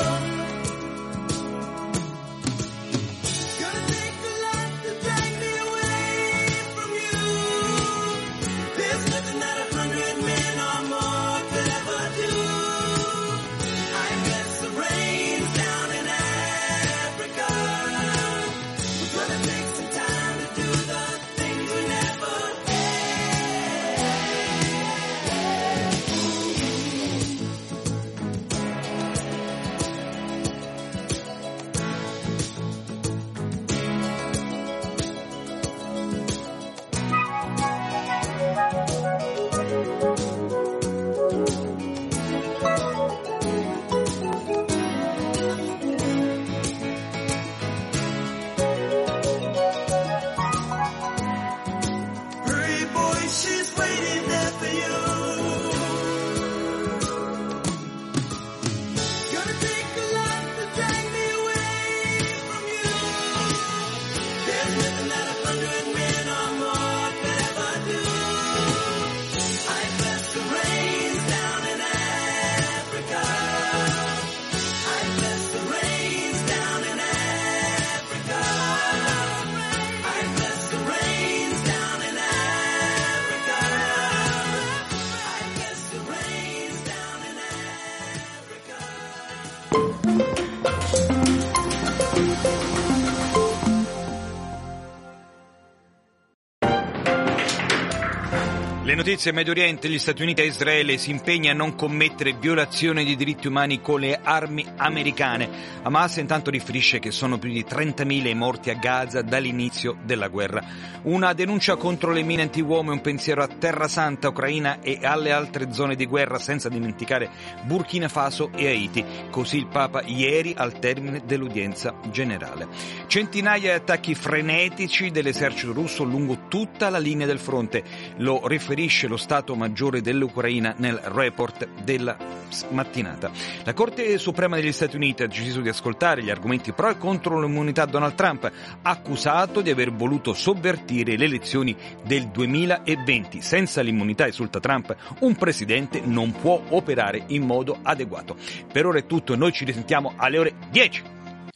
Le notizie in Medio Oriente, gli Stati Uniti e Israele si impegna a non commettere violazioni di diritti umani con le armi americane. Hamas intanto riferisce che sono più di trentamila i morti a Gaza dall'inizio della guerra. Una denuncia contro le mine antiuomo e un pensiero a Terra Santa, Ucraina e alle altre zone di guerra, senza dimenticare Burkina Faso e Haiti. Così il Papa ieri al termine dell'udienza generale. Centinaia di attacchi frenetici dell'esercito russo lungo tutta la linea del fronte. Lo riferisce lo Stato Maggiore dell'Ucraina nel report della mattinata. La Corte Suprema degli Stati Uniti ha deciso di ascoltare gli argomenti pro e contro l'immunità Donald Trump, accusato di aver voluto sovvertire le elezioni del duemilaventi. Senza l'immunità, esulta Trump, un presidente non può operare in modo adeguato. Per ora è tutto, noi ci risentiamo alle ore dieci.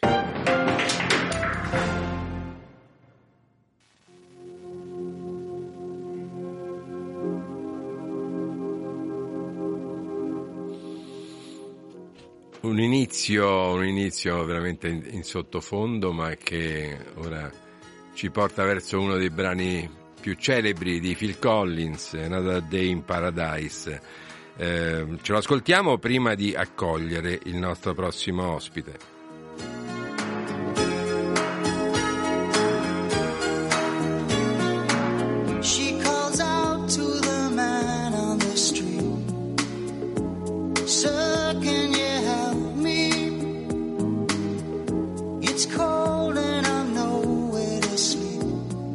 Un inizio, un inizio veramente in, in sottofondo, ma che ora ci porta verso uno dei brani più celebri di Phil Collins, Another Day in Paradise. Eh, ce lo ascoltiamo prima di accogliere il nostro prossimo ospite.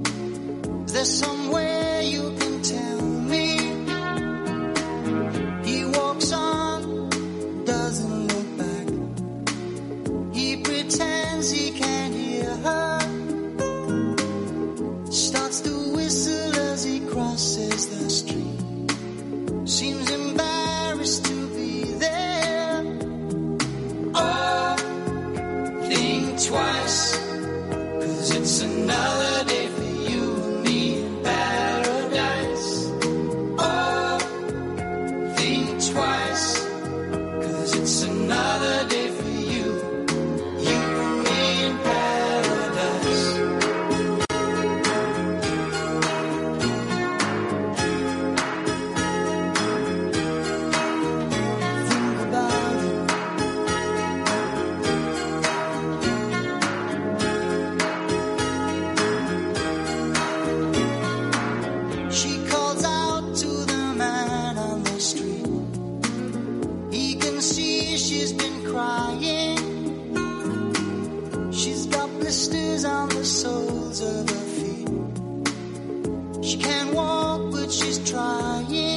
Somewhere you can tell me. can't walk, but she's trying.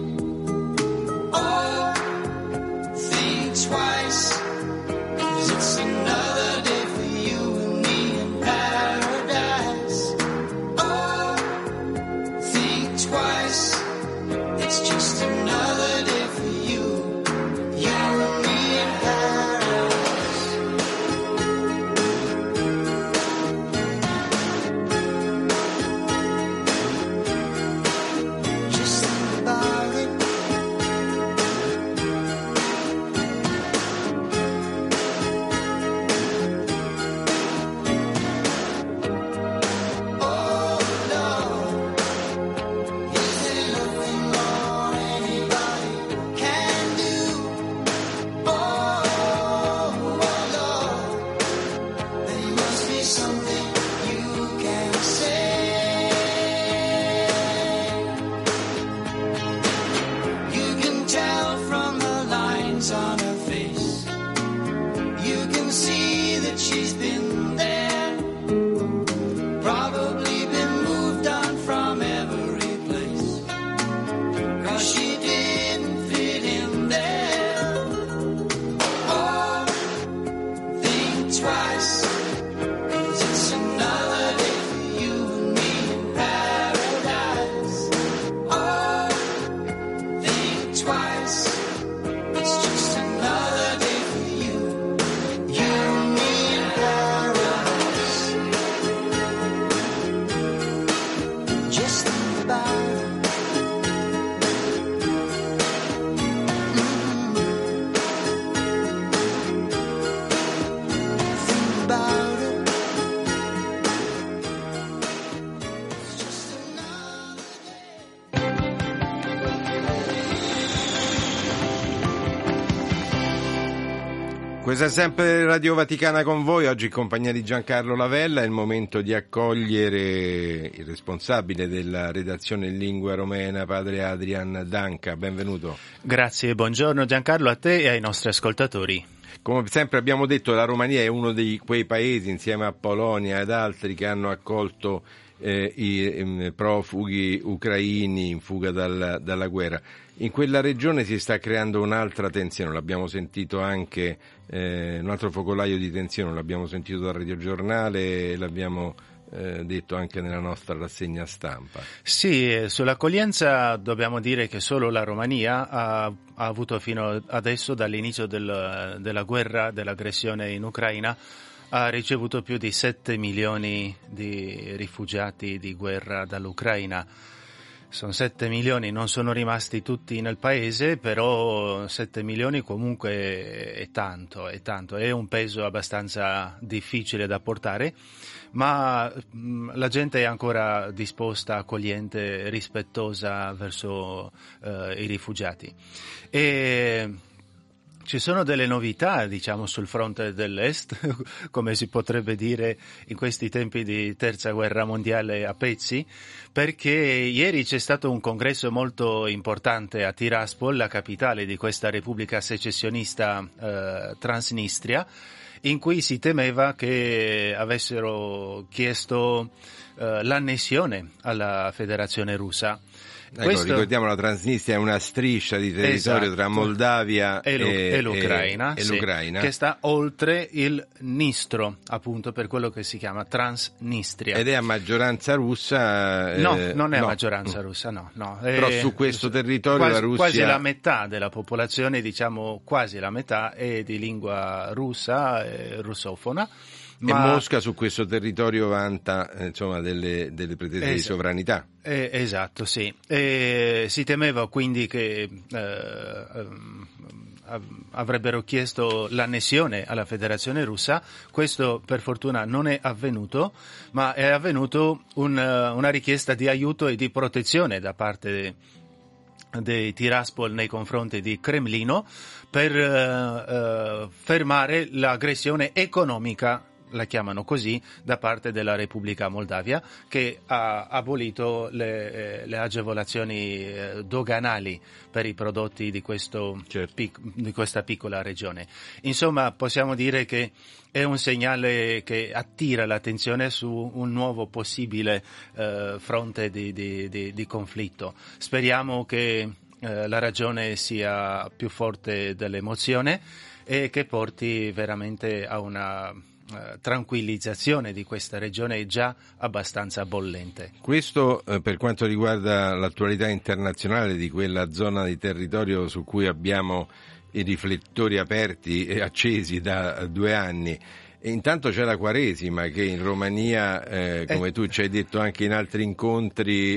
Oh, think twice, 'cause it's another day for you and me in paradise. Oh, think twice, it's just another day for you, you and me in paradise. Just think about it. Oh Lord, is there nothing more anybody can do? Oh, oh Lord, there must be something you can say. You can tell from the lines on her face. You can see that she's been there, probably been moved on from every place, 'cause she didn't fit in there. Oh, think twice, 'cause it's another day for you and me in paradise. Oh, think twice, it's just another day for you, you and me in paradise. Just think about it. Mhm. Think about it. It's just another Questa è sempre Radio Vaticana con voi, oggi in compagnia di Giancarlo Lavella. È il momento di accogliere il responsabile della redazione in lingua romena, padre Adrian Danca. Benvenuto. Grazie, buongiorno Giancarlo, a te e ai nostri ascoltatori. Come sempre abbiamo detto, la Romania è uno di quei paesi, insieme a Polonia ed altri, che hanno accolto eh, i eh, profughi ucraini in fuga dal, dalla guerra. In quella regione si sta creando un'altra tensione, l'abbiamo sentito anche, eh, un altro focolaio di tensione, l'abbiamo sentito dal radiogiornale, l'abbiamo eh, detto anche nella nostra rassegna stampa. Sì, sull'accoglienza dobbiamo dire che solo la Romania ha, ha avuto fino adesso, dall'inizio del, della guerra, dell'aggressione in Ucraina, ha ricevuto più di sette milioni di rifugiati di guerra dall'Ucraina. Sono sette milioni, non sono rimasti tutti nel paese, però sette milioni comunque è tanto, è tanto, è un peso abbastanza difficile da portare, ma mh, la gente è ancora disposta, accogliente, rispettosa verso eh, i rifugiati. E ci sono delle novità, diciamo, sul fronte dell'Est, come si potrebbe dire in questi tempi di terza guerra mondiale a pezzi, perché ieri c'è stato un congresso molto importante a Tiraspol, la capitale di questa repubblica secessionista eh, Transnistria, in cui si temeva che avessero chiesto eh, l'annessione alla Federazione Russa. Ecco, Questo... ricordiamo, la Transnistria è una striscia di territorio, esatto, tra Moldavia e, e, e, l'Ucraina, e, sì, e l'Ucraina, che sta oltre il Dnistro, appunto, per quello che si chiama Transnistria. Ed è a maggioranza russa? No, eh, non è no. a maggioranza russa, no. no. Però è, su questo territorio quasi, la Russia... Quasi la metà della popolazione, diciamo quasi la metà, è di lingua russa, eh, russofona. Ma... E Mosca su questo territorio vanta eh, insomma delle, delle pretese esatto. di sovranità. Eh, esatto, sì. E si temeva quindi che eh, avrebbero chiesto l'annessione alla Federazione Russa. Questo per fortuna non è avvenuto, ma è avvenuto un, una richiesta di aiuto e di protezione da parte dei Tiraspol nei confronti di Cremlino per eh, fermare l'aggressione economica la chiamano così, da parte della Repubblica Moldavia, che ha abolito le, le agevolazioni doganali per i prodotti di, questo, certo. pic, di questa piccola regione. Insomma, possiamo dire che è un segnale che attira l'attenzione su un nuovo possibile eh, fronte di, di, di, di conflitto. Speriamo che eh, la ragione sia più forte dell'emozione e che porti veramente a una uh, tranquillizzazione di questa regione già abbastanza bollente. Questo eh, per quanto riguarda l'attualità internazionale di quella zona di territorio su cui abbiamo i riflettori aperti e accesi da due anni. E intanto c'è la Quaresima che in Romania, eh, come eh. tu ci hai detto anche in altri incontri,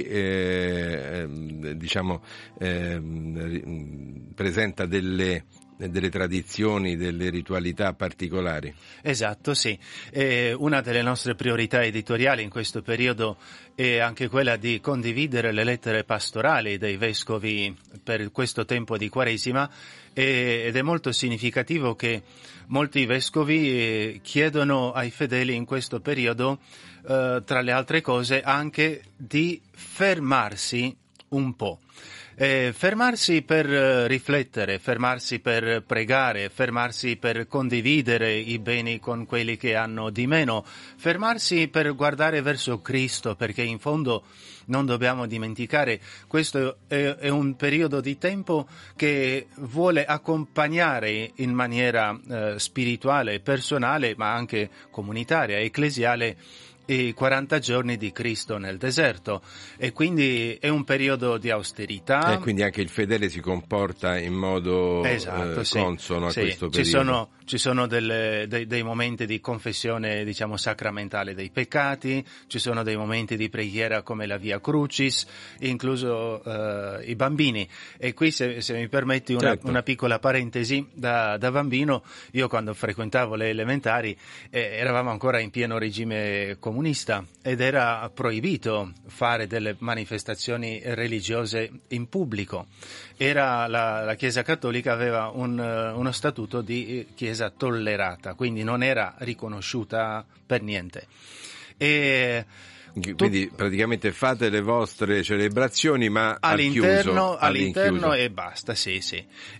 eh, diciamo eh, presenta delle delle tradizioni, delle ritualità particolari. Esatto, sì. E una delle nostre priorità editoriali in questo periodo è anche quella di condividere le lettere pastorali dei vescovi per questo tempo di Quaresima, ed è molto significativo che molti vescovi chiedono ai fedeli in questo periodo, eh, tra le altre cose, anche di fermarsi un po'. Eh, fermarsi per eh, riflettere, fermarsi per pregare, fermarsi per condividere i beni con quelli che hanno di meno, fermarsi per guardare verso Cristo, perché in fondo non dobbiamo dimenticare, questo è, è un periodo di tempo che vuole accompagnare in maniera eh, spirituale, personale, ma anche comunitaria, ecclesiale, i quaranta giorni di Cristo nel deserto, e quindi è un periodo di austerità. E quindi anche il fedele si comporta in modo esatto, eh, sì. consono sì. a questo ci periodo. Sono, ci sono delle, dei, dei momenti di confessione, diciamo, sacramentale dei peccati, ci sono dei momenti di preghiera come la Via Crucis, incluso eh, i bambini. E qui, se, se mi permetti una, certo. una piccola parentesi, da, da bambino, io quando frequentavo le elementari eh, eravamo ancora in pieno regime comunista, ed era proibito fare delle manifestazioni religiose in pubblico. Era la, la Chiesa Cattolica aveva un, uno statuto di Chiesa tollerata, quindi non era riconosciuta per niente. E quindi praticamente fate le vostre celebrazioni, ma all'interno, al chiuso, all'interno e basta, sì, sì.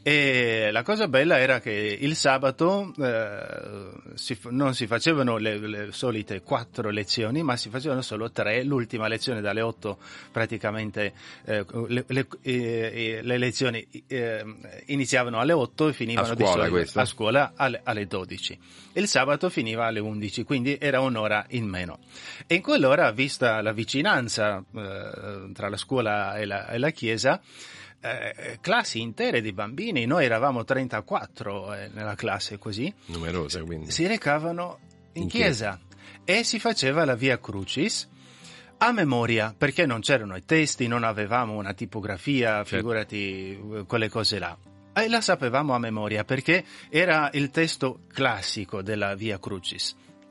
E la cosa bella era che il sabato eh, si, non si facevano le, le solite quattro lezioni, ma si facevano solo tre. L'ultima lezione dalle otto, praticamente eh, le, le, eh, le lezioni eh, iniziavano alle otto e finivano a scuola, di solito, a scuola alle, alle dodici. Il sabato finiva alle undici, quindi era un'ora in meno. E in quell'ora, vista la vicinanza eh, tra la scuola e la, e la chiesa, eh, classi intere di bambini, noi eravamo trentaquattro eh, nella classe così, numerosa quindi, si recavano in, in chiesa. chiesa e si faceva la Via Crucis a memoria, perché non c'erano i testi, non avevamo una tipografia, certo. Figurati quelle cose là. E la sapevamo a memoria perché era il testo classico della Via Crucis.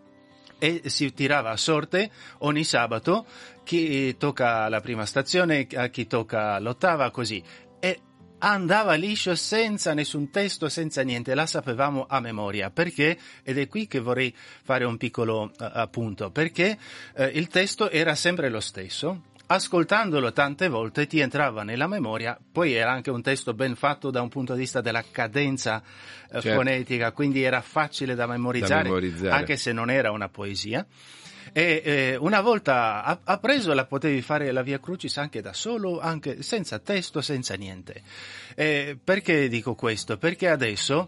E si tirava a sorte ogni sabato chi tocca la prima stazione, a chi tocca l'ottava, così. E andava liscio, senza nessun testo, senza niente, la sapevamo a memoria. Perché? Ed è qui che vorrei fare un piccolo uh, appunto, perché uh, il testo era sempre lo stesso. Ascoltandolo tante volte ti entrava nella memoria, poi era anche un testo ben fatto da un punto di vista della cadenza eh, certo. fonetica, quindi era facile da memorizzare, da memorizzare, anche se non era una poesia. E eh, una volta appreso la potevi fare la Via Crucis anche da solo, anche senza testo, senza niente. Eh, perché dico questo? Perché adesso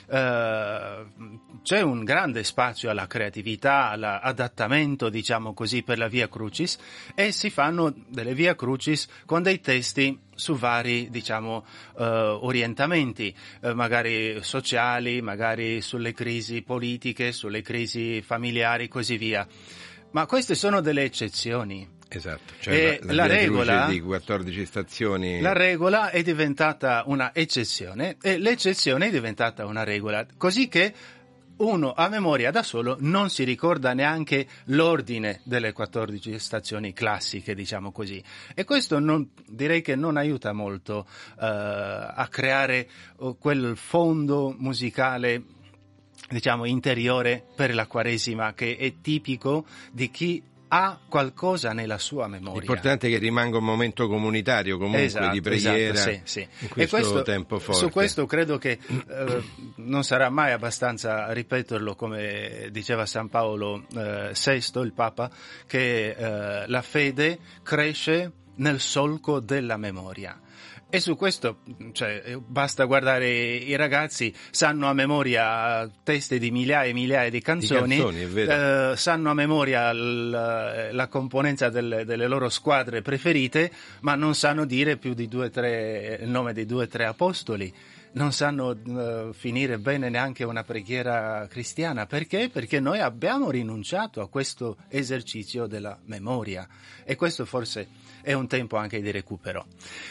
Uh, c'è un grande spazio alla creatività, all'adattamento, diciamo così, per la Via Crucis, e si fanno delle Via Crucis con dei testi su vari, diciamo, uh, orientamenti, uh, magari sociali, magari sulle crisi politiche, sulle crisi familiari, così via. Ma queste sono delle eccezioni. Esatto, cioè la, la, la regola di quattordici stazioni. La regola è diventata una eccezione e l'eccezione è diventata una regola, così che uno a memoria da solo non si ricorda neanche l'ordine delle quattordici stazioni classiche, diciamo così. E questo non, direi che non aiuta molto uh, a creare uh, quel fondo musicale diciamo, interiore per la Quaresima, che è tipico di chi ha qualcosa nella sua memoria. L'importante è che rimanga un momento comunitario, comunque, esatto, di preghiera, esatto, sì, sì. in questo, e questo tempo forte. Su questo credo che eh, non sarà mai abbastanza ripeterlo, come diceva San Paolo eh, sesto, il Papa, che eh, la fede cresce nel solco della memoria. E su questo, cioè, basta guardare i ragazzi, sanno a memoria teste di migliaia e migliaia di canzoni, di canzoni, è vero. Eh, sanno a memoria l, la componenza delle, delle loro squadre preferite, ma non sanno dire più di due tre, il nome di due o tre apostoli. Non sanno uh, finire bene neanche una preghiera cristiana. Perché? Perché noi abbiamo rinunciato a questo esercizio della memoria, e questo forse è un tempo anche di recupero.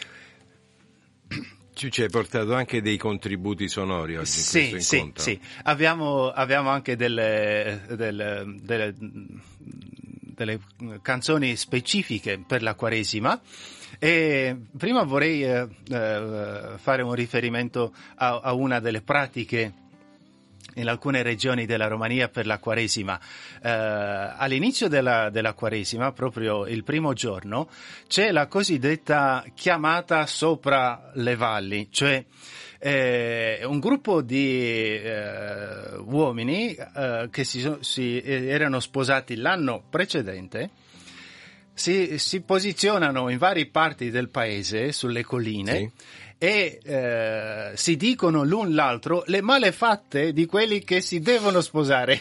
Ci hai portato anche dei contributi sonori oggi in sì, questo incontro. Sì, sì. Abbiamo, abbiamo anche delle, delle, delle, delle canzoni specifiche per la Quaresima. E prima vorrei eh, eh, fare un riferimento a, a una delle pratiche in alcune regioni della Romania per la Quaresima. Eh, all'inizio della, della Quaresima, proprio il primo giorno, c'è la cosiddetta chiamata sopra le valli, cioè eh, un gruppo di eh, uomini eh, che si, si erano sposati l'anno precedente. Si, si posizionano in varie parti del paese, sulle colline, sì. e eh, si dicono l'un l'altro le malefatte di quelli che si devono sposare.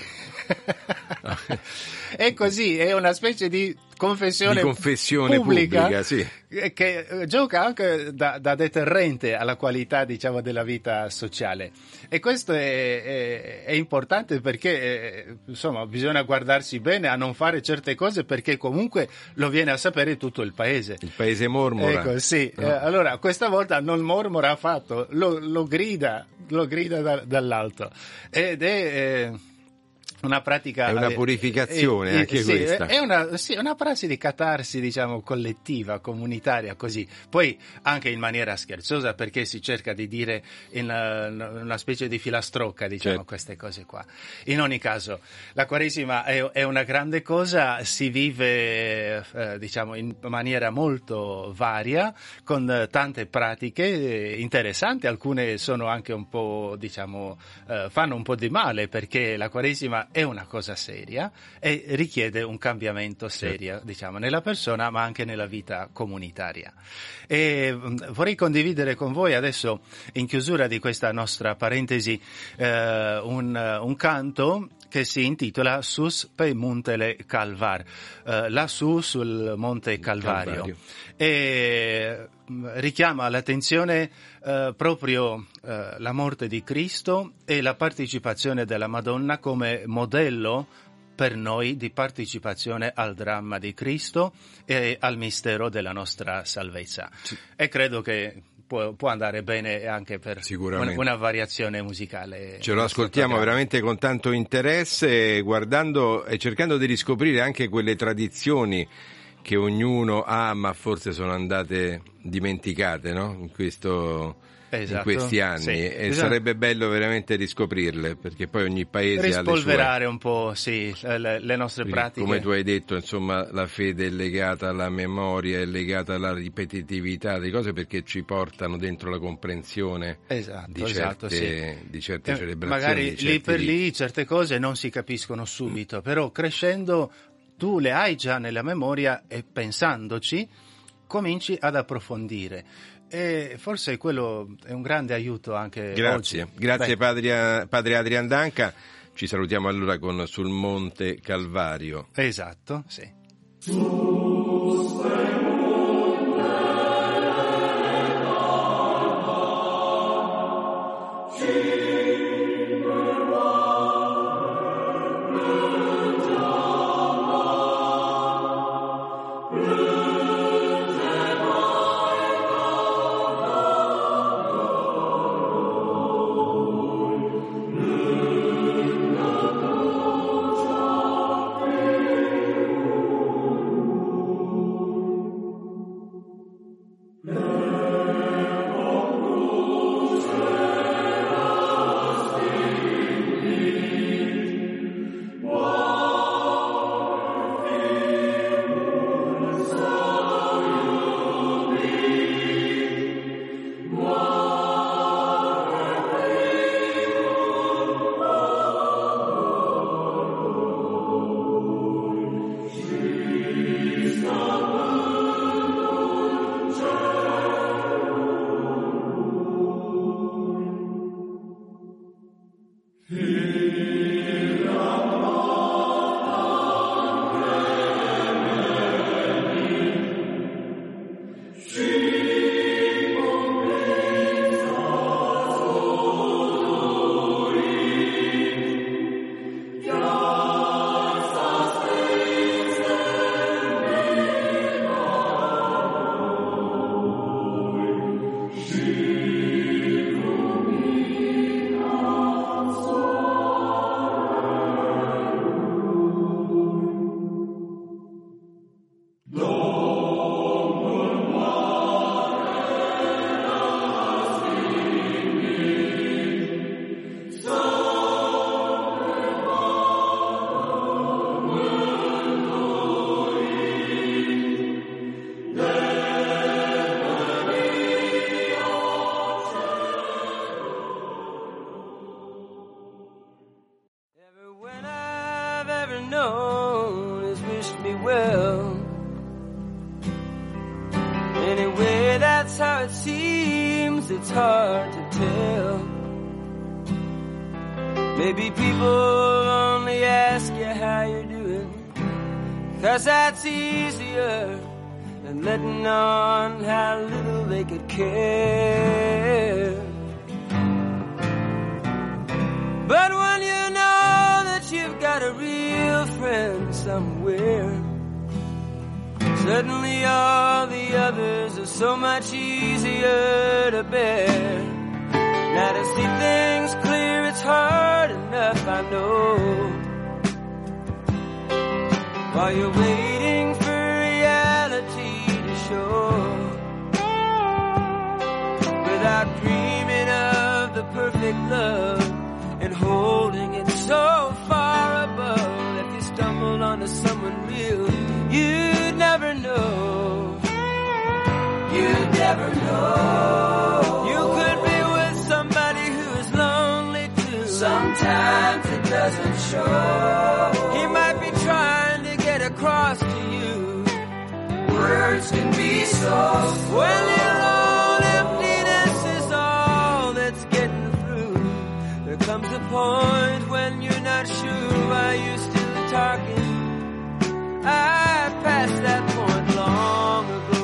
E così è una specie di confessione, di confessione pubblica, pubblica sì. che gioca anche da, da deterrente alla qualità, diciamo, della vita sociale. E questo è, è, è importante perché eh, insomma bisogna guardarsi bene a non fare certe cose, perché comunque lo viene a sapere tutto il paese. Il paese mormora. Ecco, sì. No. Eh, allora questa volta non mormora affatto, lo, lo grida, lo grida da, dall'alto. Ed è eh, una pratica, è una purificazione eh, anche sì, questa. È una, sì, una prassi di catarsi, diciamo, collettiva, comunitaria, così. Poi anche in maniera scherzosa, perché si cerca di dire in una, una specie di filastrocca, diciamo, certo. queste cose qua. In ogni caso, la Quaresima è, è una grande cosa, si vive, eh, diciamo, in maniera molto varia, con tante pratiche interessanti. Alcune sono anche un po', diciamo, eh, fanno un po' di male, perché la Quaresima è una cosa seria e richiede un cambiamento serio, certo. diciamo, nella persona, ma anche nella vita comunitaria. E vorrei condividere con voi adesso, in chiusura di questa nostra parentesi, eh, un, un canto che si intitola Sus pe Muntele Calvar, eh, lassù sul Monte Calvario. Calvario. E richiama l'attenzione eh, proprio eh, la morte di Cristo e la partecipazione della Madonna come modello per noi di partecipazione al dramma di Cristo e al mistero della nostra salvezza. Sì. E credo che può, può andare bene anche per una, una variazione musicale. Ce lo ascoltiamo veramente con tanto interesse, guardando e cercando di riscoprire anche quelle tradizioni che ognuno ha, ma forse sono andate dimenticate, no? In questo, esatto, in questi anni. Sì. E esatto. Sarebbe bello veramente riscoprirle, perché poi ogni paese ha le sue. Rispolverare un po', sì, le, le nostre perché, pratiche. come tu hai detto, insomma, la fede è legata alla memoria, è legata alla ripetitività di cose, perché ci portano dentro la comprensione esatto, di, esatto, certe, sì. di certe eh, celebrazioni. Magari di lì per riti. lì certe cose non si capiscono subito, però crescendo tu le hai già nella memoria e pensandoci cominci ad approfondire, e forse quello è un grande aiuto anche grazie. oggi. Grazie padre, padre Adrian Danca, ci salutiamo allora con Sul Monte Calvario. Esatto, sì. Anyway, that's how it seems, it's hard to tell. Maybe people only ask you how you're doing, 'cause that's easier than letting on how little they could care. But when you know that you've got a real friend somewhere, suddenly all the others are so much easier to bear. Now to see things clear, it's hard enough, I know. While you're waiting for reality to show, without dreaming of the perfect love and holding it so far above, if you stumbled onto someone real, you'd never know. You'd never know. You could be with somebody who is lonely too. Sometimes it doesn't show. He might be trying to get across to you. Words can be so slow. When your own emptiness is all that's getting through, there comes a point when you're not sure why you're still talking. I passed that point long ago.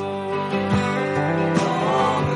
Long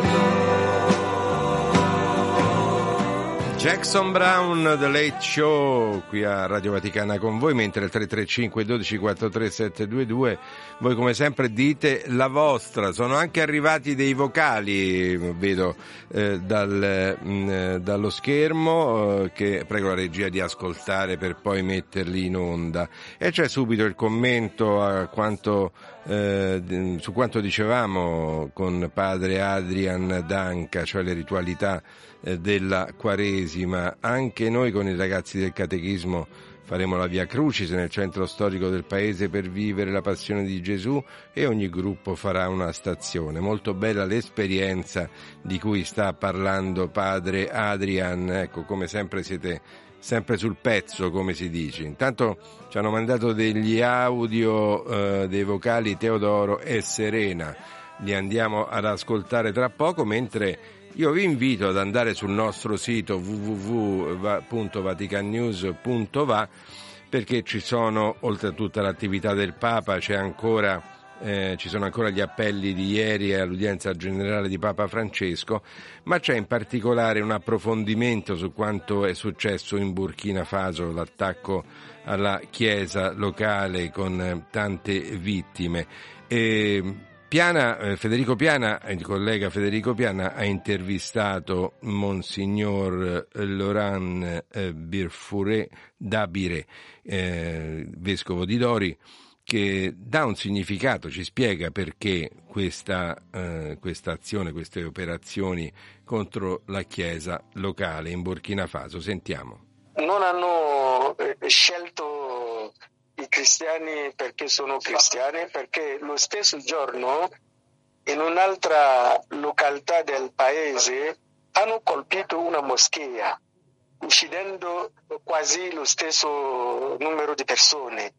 ago. Jackson Brown, The Late Show, qui a Radio Vaticana con voi, mentre il tre tre cinque uno due quattro tre sette due due voi come sempre dite la vostra. Sono anche arrivati dei vocali, vedo eh, dal, mh, dallo schermo, eh, che prego la regia di ascoltare per poi metterli in onda, e c'è subito il commento a quanto eh, su quanto dicevamo con padre Adrian Danca, cioè le ritualità della Quaresima. Anche noi con i ragazzi del catechismo faremo la Via Crucis nel centro storico del paese per vivere la passione di Gesù, e ogni gruppo farà una stazione. Molto bella l'esperienza di cui sta parlando padre Adrian, ecco, come sempre siete sempre sul pezzo, come si dice. Intanto ci hanno mandato degli audio eh, dei vocali Teodoro e Serena, li andiamo ad ascoltare tra poco, mentre io vi invito ad andare sul nostro sito w w w punto vatican news punto v a, perché ci sono, oltre a tutta l'attività del Papa, c'è ancora, eh, ci sono ancora gli appelli di ieri all'udienza generale di Papa Francesco, ma c'è in particolare un approfondimento su quanto è successo in Burkina Faso, l'attacco alla chiesa locale con eh, tante vittime. E Piana, eh, Federico Piana, il collega Federico Piana ha intervistato Monsignor Laurent eh, Birfouret Dabire, eh, vescovo di Dori, che dà un significato, ci spiega perché questa, eh, questa azione, queste operazioni contro la chiesa locale in Burkina Faso. Sentiamo. Non hanno eh, scelto i cristiani perché sono cristiani, perché lo stesso giorno in un'altra località del paese hanno colpito una moschea, uccidendo quasi lo stesso numero di persone.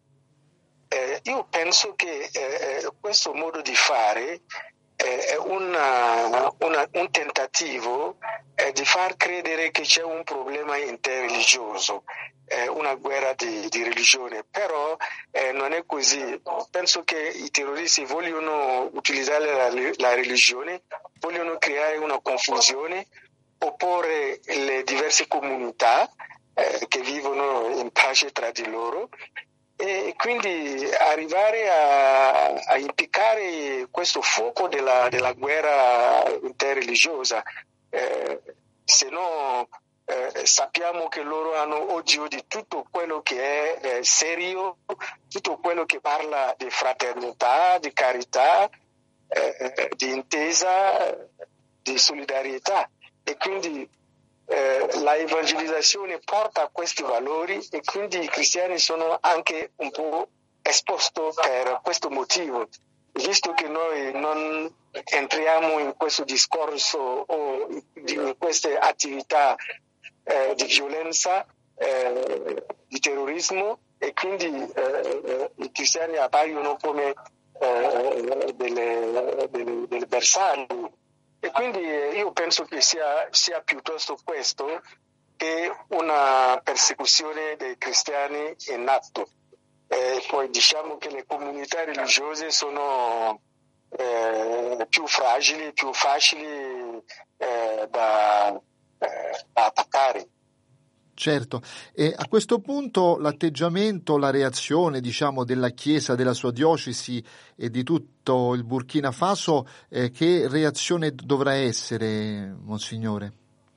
Eh, io penso che eh, questo modo di fare eh, è una, una, un tentativo eh, di far credere che c'è un problema interreligioso, eh, una guerra di, di religione, però eh, non è così. Penso che i terroristi vogliono utilizzare la, la religione, vogliono creare una confusione, opporre le diverse comunità eh, che vivono in pace tra di loro, e quindi arrivare a, a impiccare questo fuoco della, della guerra interreligiosa. Eh, se no eh, sappiamo che loro hanno odio di tutto quello che è eh, serio, tutto quello che parla di fraternità, di carità, eh, di intesa, di solidarietà, e quindi Eh, la evangelizzazione porta a questi valori, e quindi i cristiani sono anche un po' esposti per questo motivo, visto che noi non entriamo in questo discorso o in queste attività eh, di violenza, eh, di terrorismo, e quindi eh, i cristiani appaiono come eh, delle, delle, delle universali. E quindi io penso che sia, sia piuttosto questo che una persecuzione dei cristiani in atto. E poi diciamo che le comunità religiose sono eh, più fragili, più facili eh, da, eh, da attaccare. Certo, e a questo punto l'atteggiamento, la reazione, diciamo, della Chiesa, della sua diocesi e di tutto il Burkina Faso, eh, che reazione dovrà essere, Monsignore?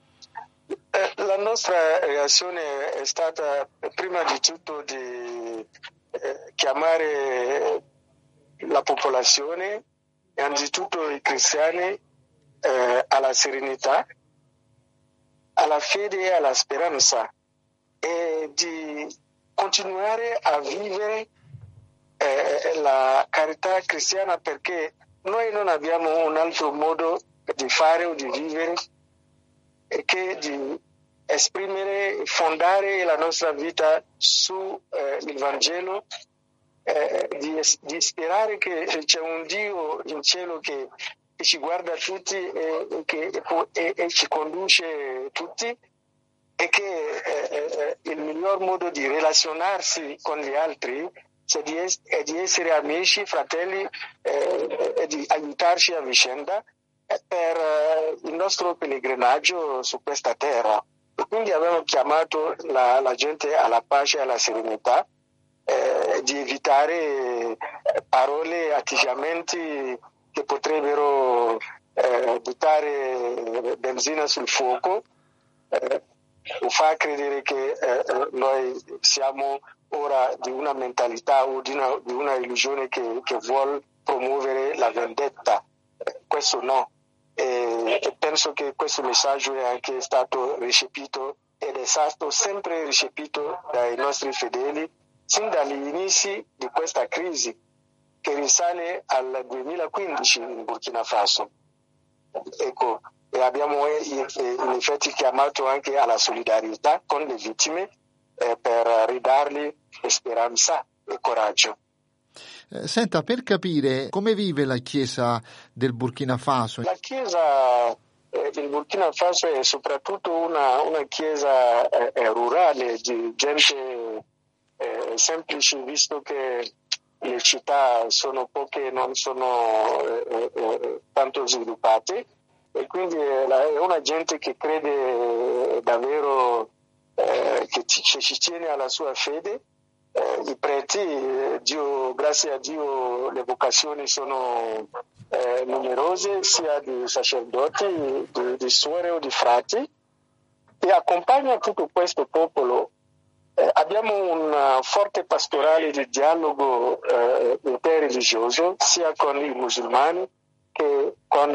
Eh, la nostra reazione è stata prima di tutto di eh, chiamare la popolazione, e anzitutto i cristiani, eh, alla serenità, alla fede e alla speranza, e di continuare a vivere eh, la carità cristiana, perché noi non abbiamo un altro modo di fare o di vivere che di esprimere, fondare la nostra vita su eh, il Vangelo, eh, di, di sperare che c'è un Dio in cielo che che ci guarda tutti e, e che e, e ci conduce tutti, e che eh, il miglior modo di relazionarsi con gli altri è di, es- è di essere amici, fratelli, eh, e di aiutarci a vicenda per eh, il nostro pellegrinaggio su questa terra. E quindi abbiamo chiamato la, la gente alla pace e alla serenità, eh, di evitare parole, atteggiamenti che potrebbero eh, buttare benzina sul fuoco, eh, o far credere che eh, noi siamo ora di una mentalità o di una, di una religione che, che vuole promuovere la vendetta. Eh, questo no. E, e penso che questo messaggio è anche stato recepito ed è stato sempre recepito dai nostri fedeli sin dagli inizi di questa crisi, che risale al duemilaquindici in Burkina Faso. Ecco, e abbiamo in effetti chiamato anche alla solidarietà con le vittime eh, per ridargli speranza e coraggio. Eh, senta, per capire come vive la Chiesa del Burkina Faso? La Chiesa eh, del Burkina Faso è soprattutto una, una Chiesa eh, rurale, di gente eh, semplice, visto che le città sono poche, non sono eh, eh, tanto sviluppate, e quindi è, la, è una gente che crede davvero, eh, che, ci, che ci tiene alla sua fede. Eh, I preti, eh, Dio, grazie a Dio, le vocazioni sono eh, numerose, sia di sacerdoti, di, di suore o di frati, e accompagna tutto questo popolo. Eh, abbiamo un forte pastorale di dialogo eh, interreligioso, sia con i musulmani che con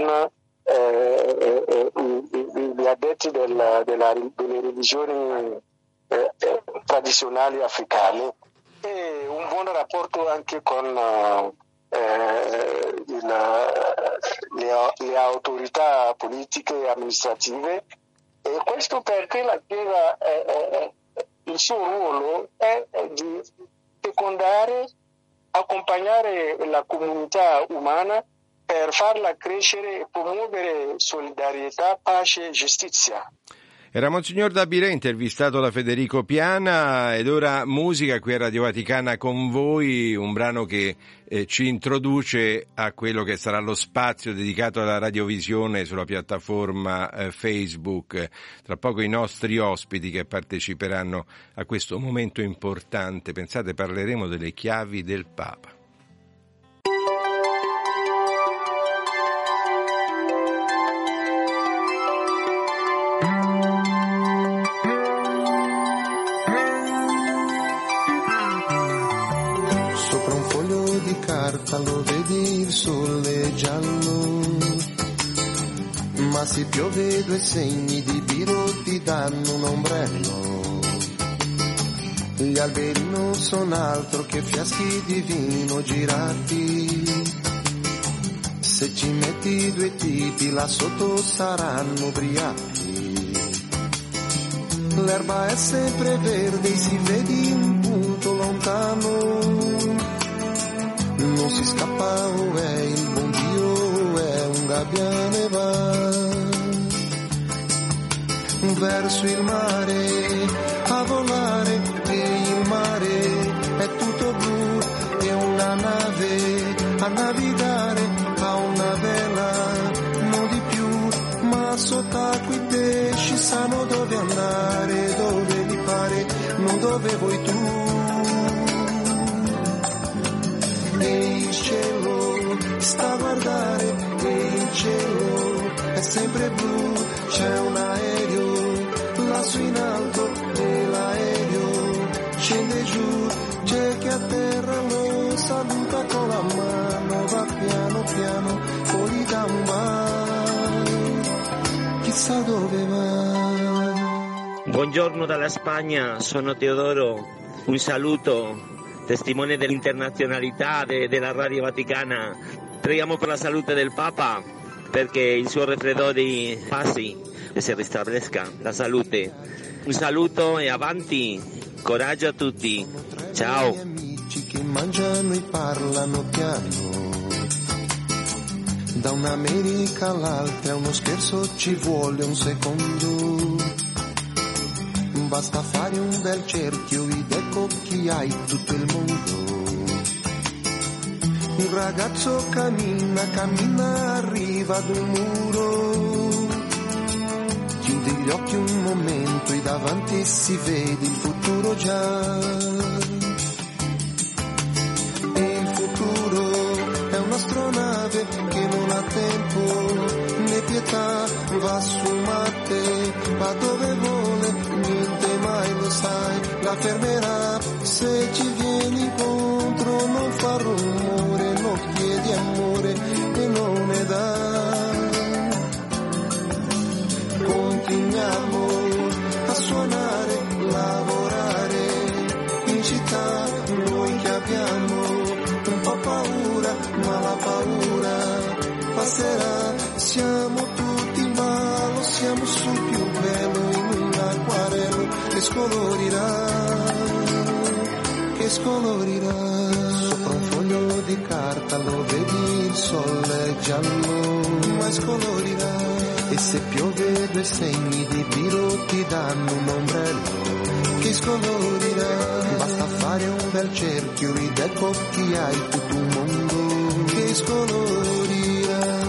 eh, eh, gli addetti del, della, delle religioni eh, eh, tradizionali africane, e un buon rapporto anche con eh, il, le, le autorità politiche e amministrative, e questo perché la Chiesa è, è, il suo ruolo è di fecondare, accompagnare la comunità umana per farla crescere e promuovere solidarietà, pace e giustizia. Era Monsignor Dabiré, intervistato da Federico Piana, ed ora musica qui a Radio Vaticana con voi, un brano che eh, ci introduce a quello che sarà lo spazio dedicato alla radiovisione sulla piattaforma eh, Facebook. Tra poco i nostri ospiti che parteciperanno a questo momento importante. Pensate, parleremo delle chiavi del Papa. Lo vedi il sole giallo, ma se piove due segni di biro ti danno un ombrello. Gli alberi non sono altro che fiaschi di vino girati, se ci metti due tipi là sotto saranno ubriachi. L'erba è sempre verde, si vede un punto lontano, non si scappa, oh, è il buon Dio, è un viene va verso il mare a volare, e il mare è tutto blu, e una nave a navigare a una vela, non di più, ma sott'acqua i pesci sanno dove andare, dove gli pare, non dove vuoi tu. E il cielo sta a guardare, e il cielo è sempre blu, c'è un aereo lassù in alto, e l'aereo scende giù, c'è chi a terra lo saluta con la mano, va piano piano, poi gli dà un bacio, chissà dove va. Buongiorno dalla Spagna, sono Teodoro, un saluto, testimone dell'internazionalità de- della Radio Vaticana. Preghiamo per la salute del Papa, perché il suo raffreddore passi e si ristablisca la salute. Un saluto e avanti, coraggio a tutti, ciao. Amici che mangiano e parlano piano, da un'America all'altra uno scherzo ci vuole un secondo, basta fare un bel cerchio ed ecco chi hai tutto il mondo. Un ragazzo cammina, cammina, arriva ad un muro, chiudi gli occhi un momento e davanti si vede il futuro già. E il futuro è un'astronave che non ha tempo né pietà, va su Marte, va dove vuole, niente mai lo sai, la fermerà se ci vieni incontro, non fa rumore, non chiedi amore e non ne dà. Continuiamo a suonare, lavorare in città, noi che abbiamo un po' paura, ma la paura passerà, siamo tutti in ballo, siamo sul più bello in un acquarello che scolorirà, che scolorirà. Sopra un foglio di carta lo vedi, il sole è giallo, ma scolorirà. E se piove due segni di biro ti danno un ombrello che scolorirà. Basta fare un bel cerchio ed ecco chi hai tutto un mondo che scolorirà.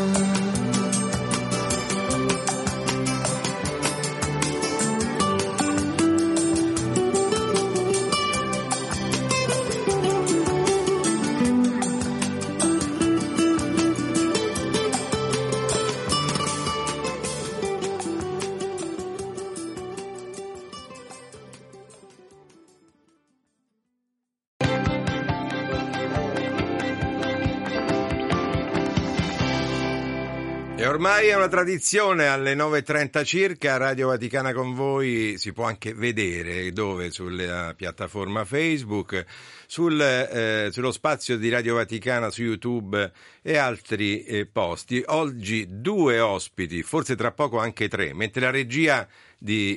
E ormai è una tradizione, alle nove e trenta circa, Radio Vaticana con voi, si può anche vedere dove, sulla piattaforma Facebook, sul, eh, sullo spazio di Radio Vaticana su YouTube e altri eh, posti. Oggi due ospiti, forse tra poco anche tre, mentre la regia di...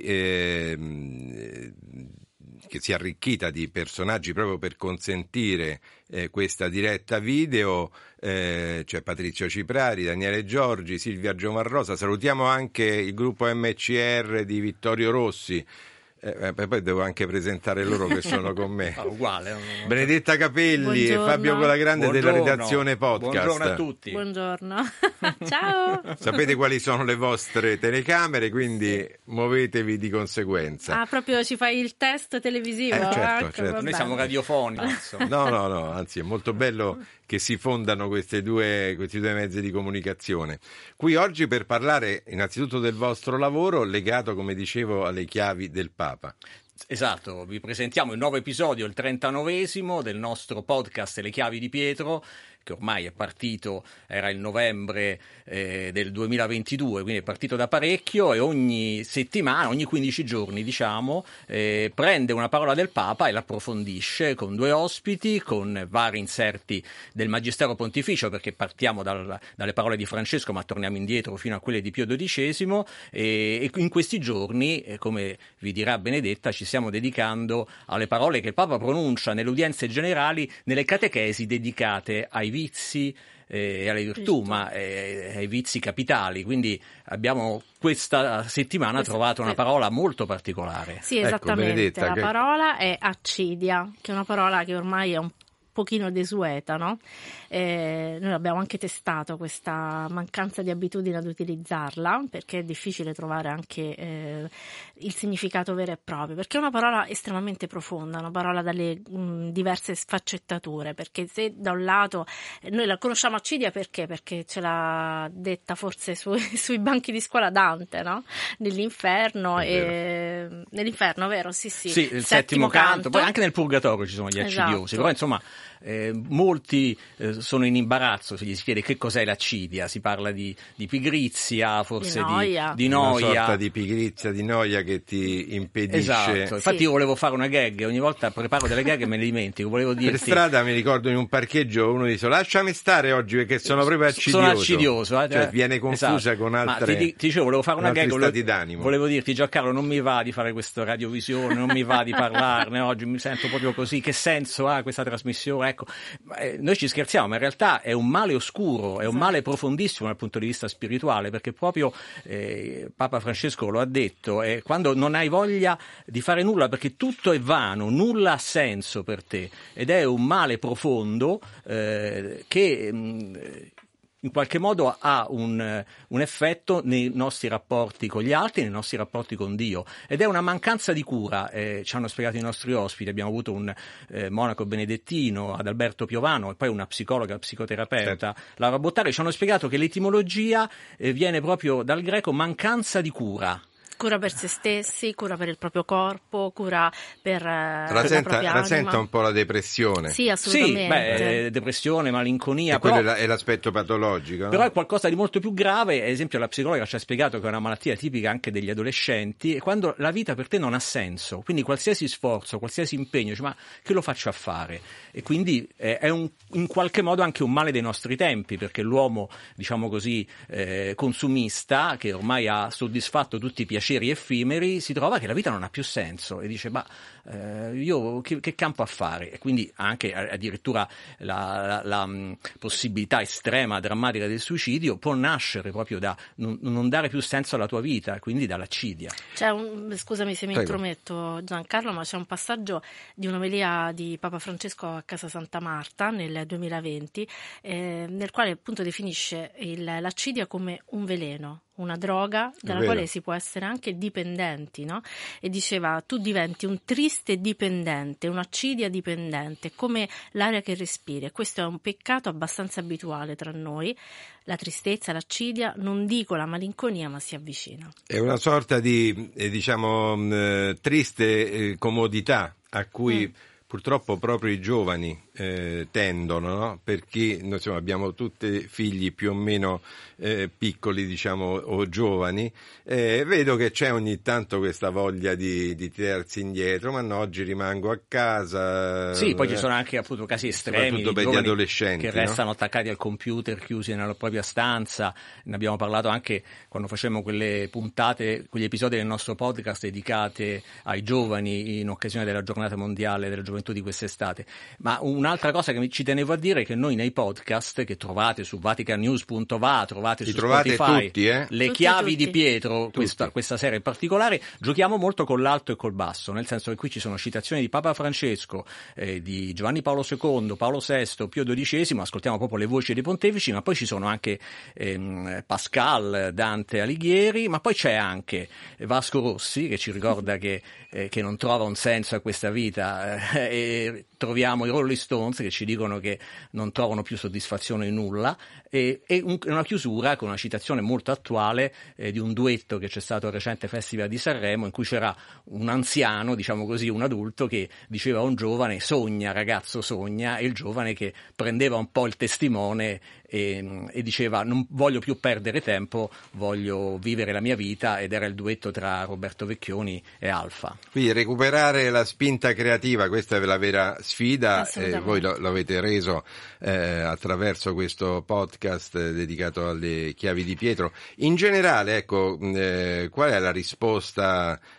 Eh, che si è arricchita di personaggi proprio per consentire eh, questa diretta video, eh, c'è Patrizio Ciprari, Daniele Giorgi, Silvia Giomarrosa, salutiamo anche il gruppo M C R di Vittorio Rossi. Eh, poi devo anche presentare loro che sono con me. Ah, uguale. Non... Benedetta Capelli Buongiorno. e Fabio Colagrande della Buongiorno. redazione podcast. Buongiorno a tutti. Buongiorno. Ciao. Sapete quali sono le vostre telecamere, quindi muovetevi di conseguenza. Ah, proprio ci fai il test televisivo? Eh, certo, ecco, certo. Noi siamo radiofonici. No, no, no, anzi è molto bello che si fondano queste due, questi due mezzi di comunicazione. Qui oggi per parlare innanzitutto del vostro lavoro legato, come dicevo, alle chiavi del Papa. Esatto, vi presentiamo il nuovo episodio, il trentanovesimo del nostro podcast Le chiavi di Pietro, che ormai è partito, era il novembre eh, del duemilaventidue, quindi è partito da parecchio, e ogni settimana, ogni quindici giorni diciamo, eh, prende una parola del Papa e l'approfondisce con due ospiti, con vari inserti del Magistero Pontificio, perché partiamo dal, dalle parole di Francesco ma torniamo indietro fino a quelle di Pio dodicesimo, e, e in questi giorni, eh, come vi dirà Benedetta, ci stiamo dedicando alle parole che il Papa pronuncia nelle udienze generali, nelle catechesi dedicate ai vizi e alle virtù, ma eh, ai vizi capitali. Quindi abbiamo questa settimana Questa, trovato una sì. parola molto particolare. Sì, esattamente. Ecco, la che... parola è accidia, che è una parola che ormai è un pochino desueta, no? Eh, noi abbiamo anche testato questa mancanza di abitudine ad utilizzarla, perché è difficile trovare anche eh, il significato vero e proprio, perché è una parola estremamente profonda, una parola dalle mh, diverse sfaccettature, perché se da un lato noi la conosciamo accidia perché? Perché ce l'ha detta forse su, sui banchi di scuola Dante, no? Nell'inferno, e... nell'inferno, vero? Sì, sì. Sì, il settimo, settimo canto. canto, poi anche nel Purgatorio ci sono gli accidiosi, esatto. Però insomma eh, molti eh, sono in imbarazzo se gli si chiede che cos'è l'accidia, si parla di, di pigrizia, forse di noia, di, di noia. Una sorta di pigrizia, di noia che ti impedisce. Esatto, infatti sì. Io volevo fare una gag, ogni volta preparo delle gag e me le dimentico, volevo dirti... Per strada mi ricordo in un parcheggio uno dice lasciami stare oggi perché sono proprio accidioso. Sono accidioso, eh? Cioè viene confusa esatto. con altre. Ma ti, ti dicevo, volevo fare una gag, volevo, d'animo. volevo dirti Giancarlo, non mi va di fare questo radiovisione, non mi va di parlarne oggi, mi sento proprio così, che senso ha questa trasmissione? Ecco, eh, noi ci scherziamo, ma in realtà è un male oscuro, è un male profondissimo dal punto di vista spirituale, perché proprio eh, Papa Francesco lo ha detto, eh, quando non hai voglia di fare nulla perché tutto è vano, nulla ha senso per te, ed è un male profondo eh, che mh, in qualche modo ha un, un effetto nei nostri rapporti con gli altri, nei nostri rapporti con Dio, ed è una mancanza di cura. Eh, ci hanno spiegato i nostri ospiti, abbiamo avuto un eh, monaco benedettino, Adalberto Piovano, e poi una psicologa, psicoterapeuta, certo. Laura Bottari, ci hanno spiegato che l'etimologia eh, viene proprio dal greco mancanza di cura. Cura per se stessi, cura per il proprio corpo, cura per eh, rasenta, la propria anima. Rasenta un po' la depressione. Sì, assolutamente. Sì, beh, depressione, malinconia. E però, quello è l'aspetto patologico. No? Però è qualcosa di molto più grave. Ad esempio la psicologa ci ha spiegato che è una malattia tipica anche degli adolescenti, e quando la vita per te non ha senso, quindi qualsiasi sforzo, qualsiasi impegno, cioè, ma che lo faccio a fare? E quindi eh, è un, in qualche modo anche un male dei nostri tempi, perché l'uomo, diciamo così, eh, consumista, che ormai ha soddisfatto tutti i piaceri effimeri, si trova che la vita non ha più senso e dice ma eh, io che, che campo a fare? E quindi anche addirittura la, la, la mh, possibilità estrema, drammatica del suicidio può nascere proprio da non, non dare più senso alla tua vita, quindi dall'accidia. C'è un, scusami se mi Prego. intrometto Giancarlo, ma c'è un passaggio di un'omelia di Papa Francesco a Casa Santa Marta nel duemilaventi eh, nel quale appunto definisce il, l'accidia come un veleno, una droga dalla quale si può essere anche dipendenti, no? E diceva tu diventi un triste dipendente, un'accidia dipendente, come l'aria che respiri. Questo è un peccato abbastanza abituale tra noi, la tristezza, l'accidia, non dico la malinconia, ma si avvicina. È una sorta di eh, diciamo eh, triste eh, comodità a cui mm. purtroppo proprio i giovani eh, tendono, no? Perché insomma, abbiamo tutti figli più o meno eh, piccoli, diciamo, o giovani, eh, vedo che c'è ogni tanto questa voglia di, di tirarsi indietro, ma no, oggi rimango a casa. Sì, poi ci sono anche appunto casi estremi soprattutto per gli adolescenti che restano no? attaccati al computer, chiusi nella propria stanza. Ne abbiamo parlato anche quando facevamo quelle puntate, quegli episodi del nostro podcast dedicate ai giovani in occasione della giornata mondiale della gioventù di quest'estate. Ma un'altra cosa che ci tenevo a dire è che noi nei podcast che trovate su vatican news punto va, trovate Li su trovate Spotify, tutti, eh? le tutti, chiavi tutti. di Pietro, questa, questa sera in particolare, giochiamo molto con l'alto e col basso, nel senso che qui ci sono citazioni di Papa Francesco, eh, di Giovanni Paolo secondo, Paolo sesto, Pio dodicesimo, ascoltiamo proprio le voci dei pontefici, ma poi ci sono anche ehm, Pascal, Dante Alighieri, ma poi c'è anche Vasco Rossi che ci ricorda che, eh, che non trova un senso a questa vita, eh, e troviamo i Rolling Stones che ci dicono che non trovano più soddisfazione in nulla, e, e un, una chiusura con una citazione molto attuale eh, di un duetto che c'è stato al recente Festival di Sanremo, in cui c'era un anziano, diciamo così, un adulto che diceva a un giovane sogna ragazzo sogna, e il giovane che prendeva un po' il testimone e, e diceva non voglio più perdere tempo, voglio vivere la mia vita, ed era il duetto tra Roberto Vecchioni e Alfa. Quindi recuperare la spinta creativa, questa è la vera sfida, eh, voi lo, lo avete reso eh, attraverso questo podcast eh, dedicato alle chiavi di Pietro. In generale, ecco, eh, qual è la risposta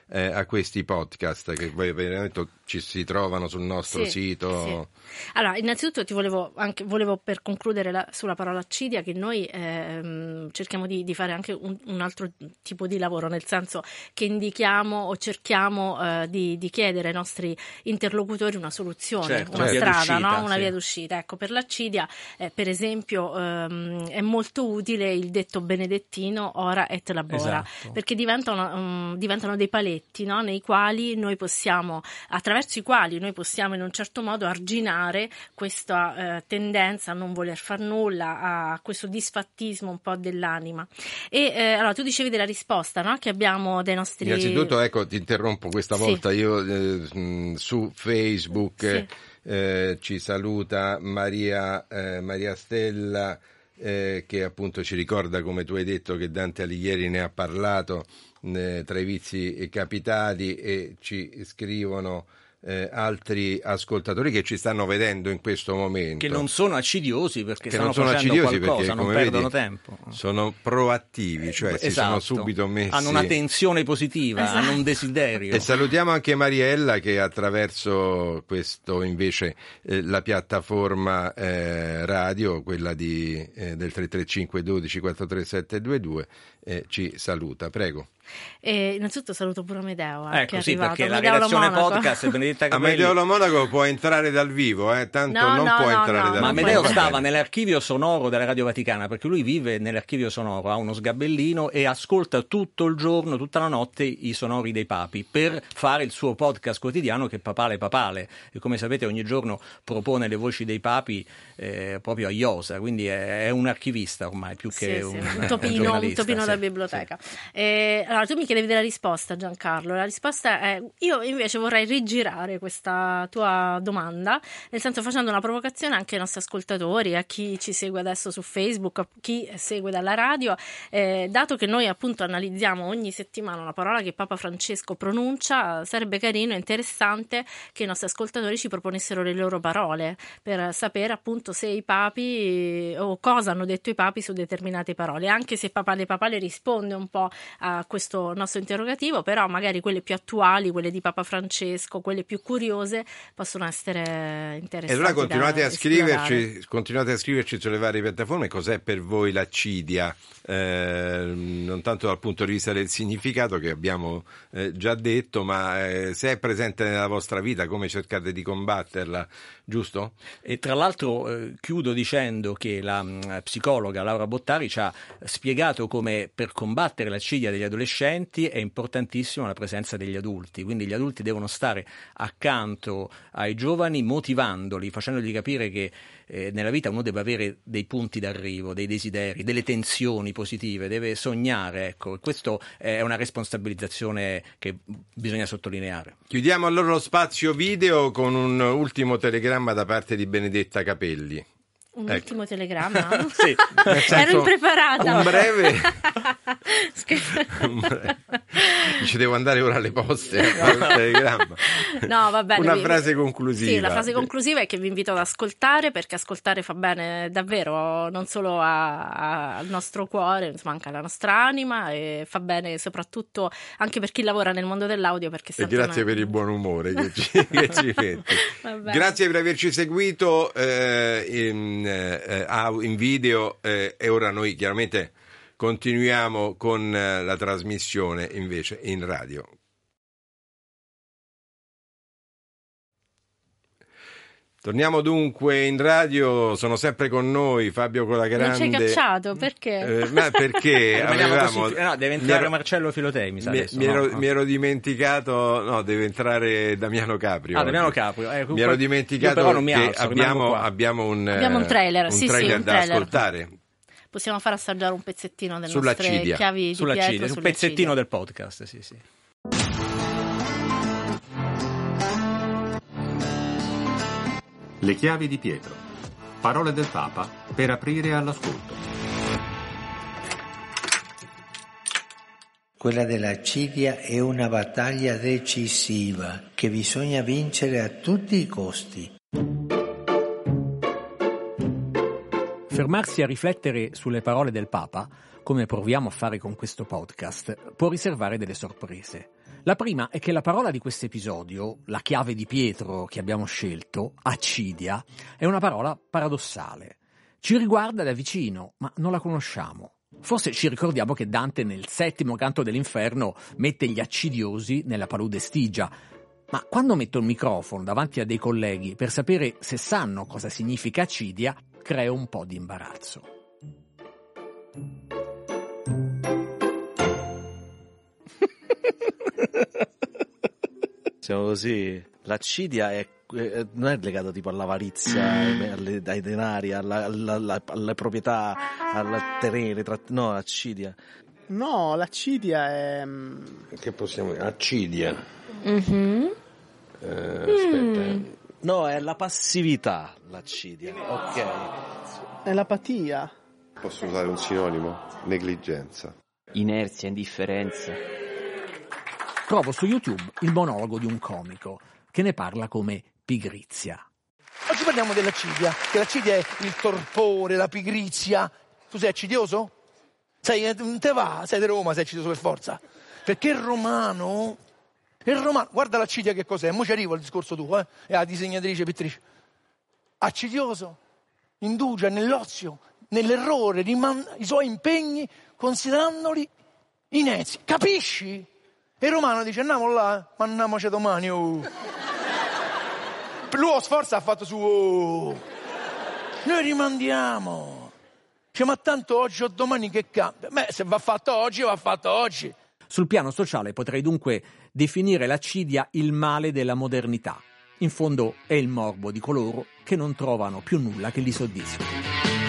eh, a questi podcast che poi veramente ci si trovano sul nostro Sì, sito? sì. Allora, innanzitutto ti volevo anche volevo per concludere la, sulla parola accidia, che noi ehm, cerchiamo di, di fare anche un, un altro tipo di lavoro, nel senso che indichiamo o cerchiamo eh, di, di chiedere ai nostri interlocutori una soluzione, certo, una via strada, d'uscita, no? Una sì. via d'uscita. Ecco, per l'accidia, eh, per esempio, ehm, è molto utile il detto benedettino ora et labora, Esatto. perché diventano, um, diventano dei paletti, no? Nei quali noi possiamo, attraverso i quali noi possiamo in un certo modo arginare questa eh, tendenza a non voler far nulla, a questo disfattismo un po' dell'anima. E eh, allora tu dicevi della risposta, no? Che abbiamo dei nostri... Innanzitutto, ecco, ti interrompo questa Sì. volta, io eh, mh, su Facebook Sì. eh, eh, ci saluta Maria, eh, Maria Stella, eh, che appunto ci ricorda, come tu hai detto, che Dante Alighieri ne ha parlato eh, tra i vizi capitali, e ci scrivono eh, altri ascoltatori che ci stanno vedendo in questo momento. Che non sono accidiosi perché Che stanno non sono facendo accidiosi qualcosa, perché, non come perdono vedi, tempo. sono proattivi, cioè si sono Esatto. subito messi... Hanno una tensione positiva, Esatto. hanno un desiderio. E salutiamo anche Mariella, che attraverso questo invece eh, la piattaforma eh, radio, quella di, eh, del tre tre cinque uno due quattro tre sette due due, eh, ci saluta. Prego. E innanzitutto saluto pure Amedeo, eh, Ecco, che è sì, arrivato. perché la Amedeo redazione Monaco. podcast Benedetta Capelli. Amedeo Lo Monaco può entrare dal vivo, eh, tanto No, non no, può no, entrare no, dal Ma non vivo. Amedeo puoi Va stava bene. nell'archivio sonoro della Radio Vaticana, perché lui vive nell'archivio sonoro, ha uno sgabellino e ascolta tutto il giorno, tutta la notte i sonori dei papi per fare il suo podcast quotidiano che è Papale Papale, e come sapete ogni giorno propone le voci dei papi eh, proprio a iosa, quindi è, è un archivista ormai più che Sì, un, sì, un un topino, un giornalista, topino sì, da biblioteca. E, allora, tu mi chiedevi della risposta, Giancarlo. La risposta è: io invece vorrei rigirare questa tua domanda, nel senso facendo una provocazione anche ai nostri ascoltatori, a chi ci segue adesso su Facebook, a chi segue dalla radio, eh, dato che noi appunto analizziamo ogni settimana una parola che Papa Francesco pronuncia, sarebbe carino e interessante che i nostri ascoltatori ci proponessero le loro parole per sapere appunto se i papi o cosa hanno detto i papi su determinate parole, anche se Papale Papale risponde un po' a questo nostro interrogativo, però magari quelle più attuali, quelle di Papa Francesco, quelle più curiose possono essere interessanti. E allora continuate da a scriverci, esplorare. continuate a scriverci sulle varie piattaforme cos'è per voi l'accidia, eh, non tanto dal punto di vista del significato che abbiamo eh, già detto, ma eh, se è presente nella vostra vita, come cercate di combatterla, giusto? E tra l'altro eh, chiudo dicendo che la mh, psicologa Laura Bottari ci ha spiegato come per combattere l'accidia degli adolescenti è importantissima la presenza degli adulti, quindi gli adulti devono stare accanto ai giovani motivandoli, facendogli capire che eh, nella vita uno deve avere dei punti d'arrivo, dei desideri, delle tensioni positive, deve sognare, ecco, questo è una responsabilizzazione che bisogna sottolineare. Chiudiamo allora lo spazio video con un ultimo telegramma da parte di Benedetta Capelli. Un Ecco. ultimo telegramma? Sì, nel senso, ero impreparata. un breve... Scher- un breve... Ci devo andare ora alle poste a fare il telegramma. No, va bene. Una vi- frase conclusiva. Sì, la frase conclusiva è che vi invito ad ascoltare, perché ascoltare fa bene davvero, non solo a- a- al nostro cuore, insomma anche alla nostra anima, e fa bene soprattutto anche per chi lavora nel mondo dell'audio, perché E senza grazie una- per il buon umore che ci, che ci metti. Vabbè. Grazie per averci seguito eh, in, eh, au- in video eh, e ora noi chiaramente continuiamo con eh, la trasmissione invece in radio. Torniamo dunque in radio, sono sempre con noi Fabio Colagrande. Non ci hai cacciato, perché? Eh, ma perché Rimaniamo avevamo... così- eh no, deve mi entrare ero- Marcello Filotei, mi sa mi, adesso, mi no? ero, No. mi ero dimenticato, no, deve entrare Damiano Caprio. Ah, oggi. Damiano Caprio, eh, mi ero io dimenticato però non mi che alzo, rimango abbiamo, qua. abbiamo un, Abbiamo un trailer, un sì, sì, trailer un da trailer. ascoltare. Possiamo far assaggiare un pezzettino delle Sulla nostre Cidia. chiavi di Sulla Pietro, Cidia, un sulle pezzettino Cidia. del podcast, sì, sì. Le chiavi di Pietro. Parole del Papa per aprire all'ascolto. Quella dell'accidia è una battaglia decisiva che bisogna vincere a tutti i costi. Fermarsi a riflettere sulle parole del Papa come proviamo a fare con questo podcast, può riservare delle sorprese. La prima è che la parola di questo episodio, la chiave di Pietro che abbiamo scelto, accidia, è una parola paradossale. Ci riguarda da vicino, ma non la conosciamo. Forse ci ricordiamo che Dante nel settimo canto dell'Inferno mette gli accidiosi nella palude Stigia, ma quando metto il microfono davanti a dei colleghi per sapere se sanno cosa significa accidia, creo un po' di imbarazzo. Siamo così. L'accidia è, eh, non è legato tipo all'avarizia, alle, ai denari, alla, alla, alla, alle proprietà, al terreno, tra... no, l'accidia. No, l'accidia è... Che possiamo dire? Accidia. Mm-hmm. Eh, aspetta. Mm. No, è la passività, l'accidia. Ok. È l'apatia. Posso usare un sinonimo? Negligenza. Inerzia, indifferenza. Trovo su YouTube il monologo di un comico che ne parla come pigrizia. Oggi parliamo dell'accidia, che l'accidia è il torpore, la pigrizia. Tu sei accidioso? Sei, non te va, sei di Roma, sei accidioso per forza. Perché il romano, il romano, guarda l'accidia che cos'è, mo ci arrivo al discorso tuo, eh? È la disegnatrice, pittrice. Accidioso, indugia nell'ozio, nell'errore, rimanda i suoi impegni considerandoli inezi. Capisci? E il romano dice andiamo là, ma andiamoci domani. Oh. Lui sforzo ha fatto su. Oh. Noi rimandiamo. Cioè, ma tanto oggi o domani che cambia? Beh, se va fatto oggi, va fatto oggi. Sul piano sociale potrei dunque definire l'accidia il male della modernità. In fondo è il morbo di coloro che non trovano più nulla che li soddisfi.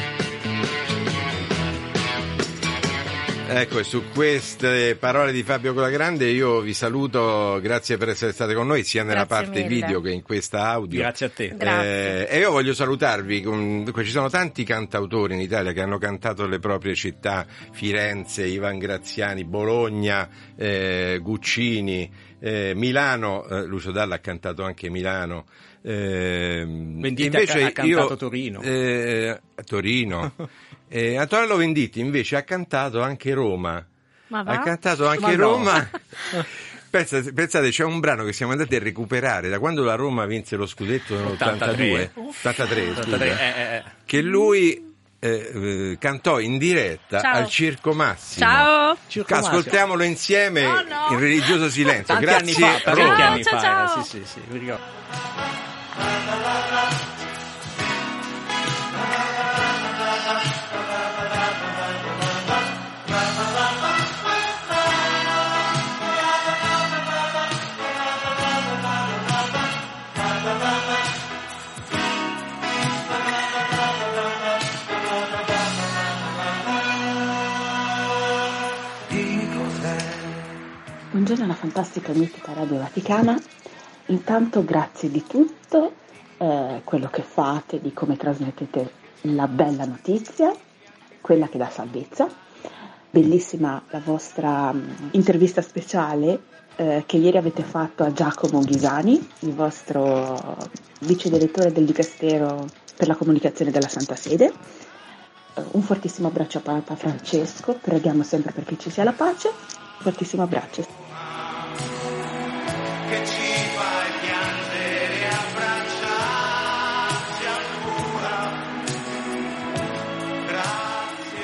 Ecco, e su queste parole di Fabio Colagrande io vi saluto, grazie per essere state con noi sia nella Grazie parte mille. video che in questa audio. Grazie a te. Eh, e io voglio salutarvi, con, ci sono tanti cantautori in Italia che hanno cantato le proprie città, Firenze, Ivan Graziani, Bologna, eh, Guccini, eh, Milano, eh, Lucio Dalla ha cantato anche Milano. Eh, Venditti invece ha, ha cantato io, Torino. Eh, Torino. Eh, Antonello Venditti invece ha cantato anche Roma. Ma va? Ha cantato anche Ma no. Roma. Pensate, pensate, c'è un brano che siamo andati a recuperare da quando la Roma vinse lo scudetto nell'ottantadue, ottantatré, scusa, eh, eh, eh. che lui eh, eh, cantò in diretta Ciao. al Circo Massimo. Ciao. Circo Massimo. Ascoltiamolo insieme No, no. in religioso silenzio. Tanti Grazie. anni fa, parecchi Roma. anni Ciao, fa. ciao. era, Sì, sì, sì, mi ricordo. Buongiorno alla fantastica mitica Radio Vaticana. Intanto grazie di tutto, eh, quello che fate, di come trasmettete la bella notizia, quella che dà salvezza. Bellissima la vostra um, intervista speciale eh, che ieri avete fatto a Giacomo Ghisani, il vostro vice direttore del Dicastero per la comunicazione della Santa Sede. Uh, un fortissimo abbraccio a Papa Francesco, preghiamo sempre perché ci sia la pace. Fortissimo abbraccio. Che ci fai piangere, abbracciarci ancora. Grazie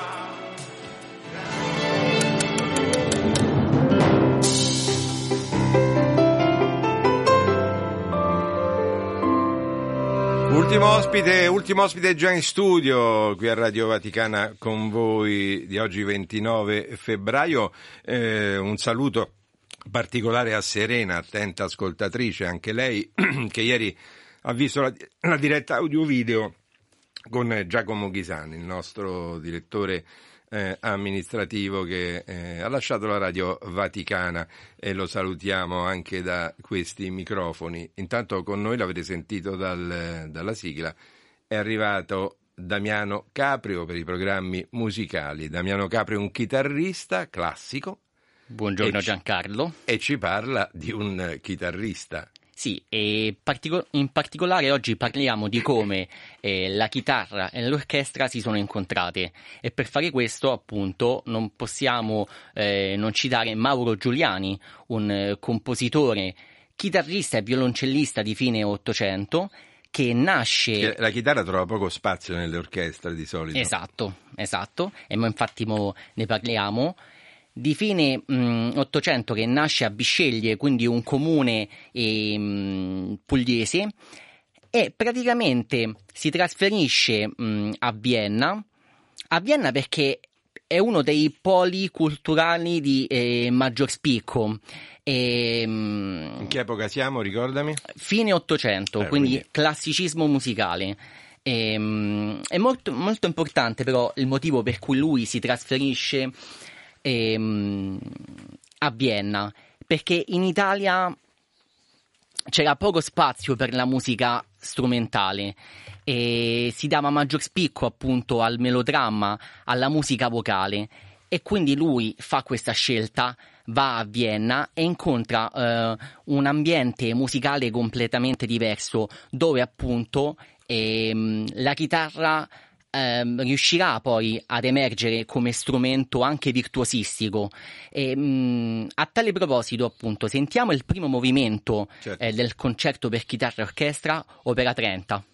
Roma. Ultimo ospite, ultimo ospite già in studio qui a Radio Vaticana con voi di oggi ventinove febbraio. Eh, un saluto particolare a Serena, attenta ascoltatrice, anche lei, che ieri ha visto la, la diretta audio-video con Giacomo Ghisani, il nostro direttore eh, amministrativo che eh, ha lasciato la Radio Vaticana, e lo salutiamo anche da questi microfoni. Intanto con noi, l'avete sentito dal, dalla sigla, è arrivato Damiano Caprio per i programmi musicali. Damiano Caprio è un chitarrista classico. Buongiorno e ci, Giancarlo. E ci parla di un chitarrista Sì, e partico- in particolare oggi parliamo di come eh, la chitarra e l'orchestra si sono incontrate, e per fare questo appunto non possiamo eh, non citare Mauro Giuliani, un eh, compositore, chitarrista e violoncellista di fine Ottocento, che nasce... La chitarra trova poco spazio nelle orchestre di solito. Esatto, esatto, e mo infatti mo ne parliamo. Di fine mh, Ottocento, che nasce a Bisceglie, quindi un comune eh, mh, pugliese, e praticamente si trasferisce mh, a Vienna, a Vienna perché è uno dei poli culturali di eh, maggior spicco. E, mh, In che epoca siamo, ricordami? Fine Ottocento, Eh, quindi, quindi classicismo musicale. E, mh, è molto, molto importante però il motivo per cui lui si trasferisce ehm, a Vienna, perché in Italia c'era poco spazio per la musica strumentale e si dava maggior spicco appunto al melodramma, alla musica vocale, e quindi lui fa questa scelta, va a Vienna e incontra eh, un ambiente musicale completamente diverso, dove appunto ehm, la chitarra ehm, riuscirà poi ad emergere come strumento anche virtuosistico. E, mh, a tale proposito appunto sentiamo il primo movimento Certo. eh, del concerto per chitarra e orchestra, opera trenta.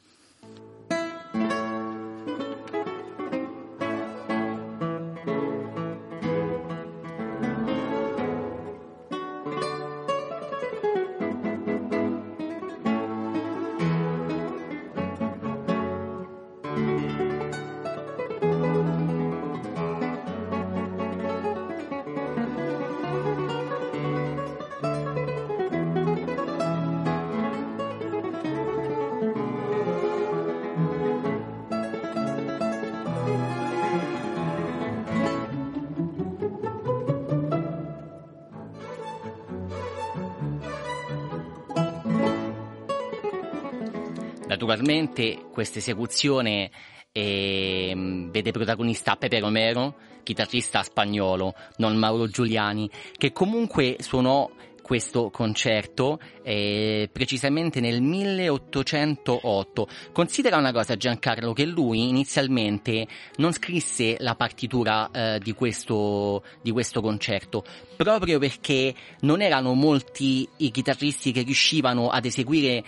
Naturalmente questa esecuzione eh, vede protagonista Pepe Romero, chitarrista spagnolo, non Mauro Giuliani, che comunque suonò questo concerto eh, precisamente nel milleottocentootto. Considera una cosa, Giancarlo, che lui inizialmente non scrisse la partitura eh, di questo, di questo concerto, proprio perché non erano molti i chitarristi che riuscivano ad eseguire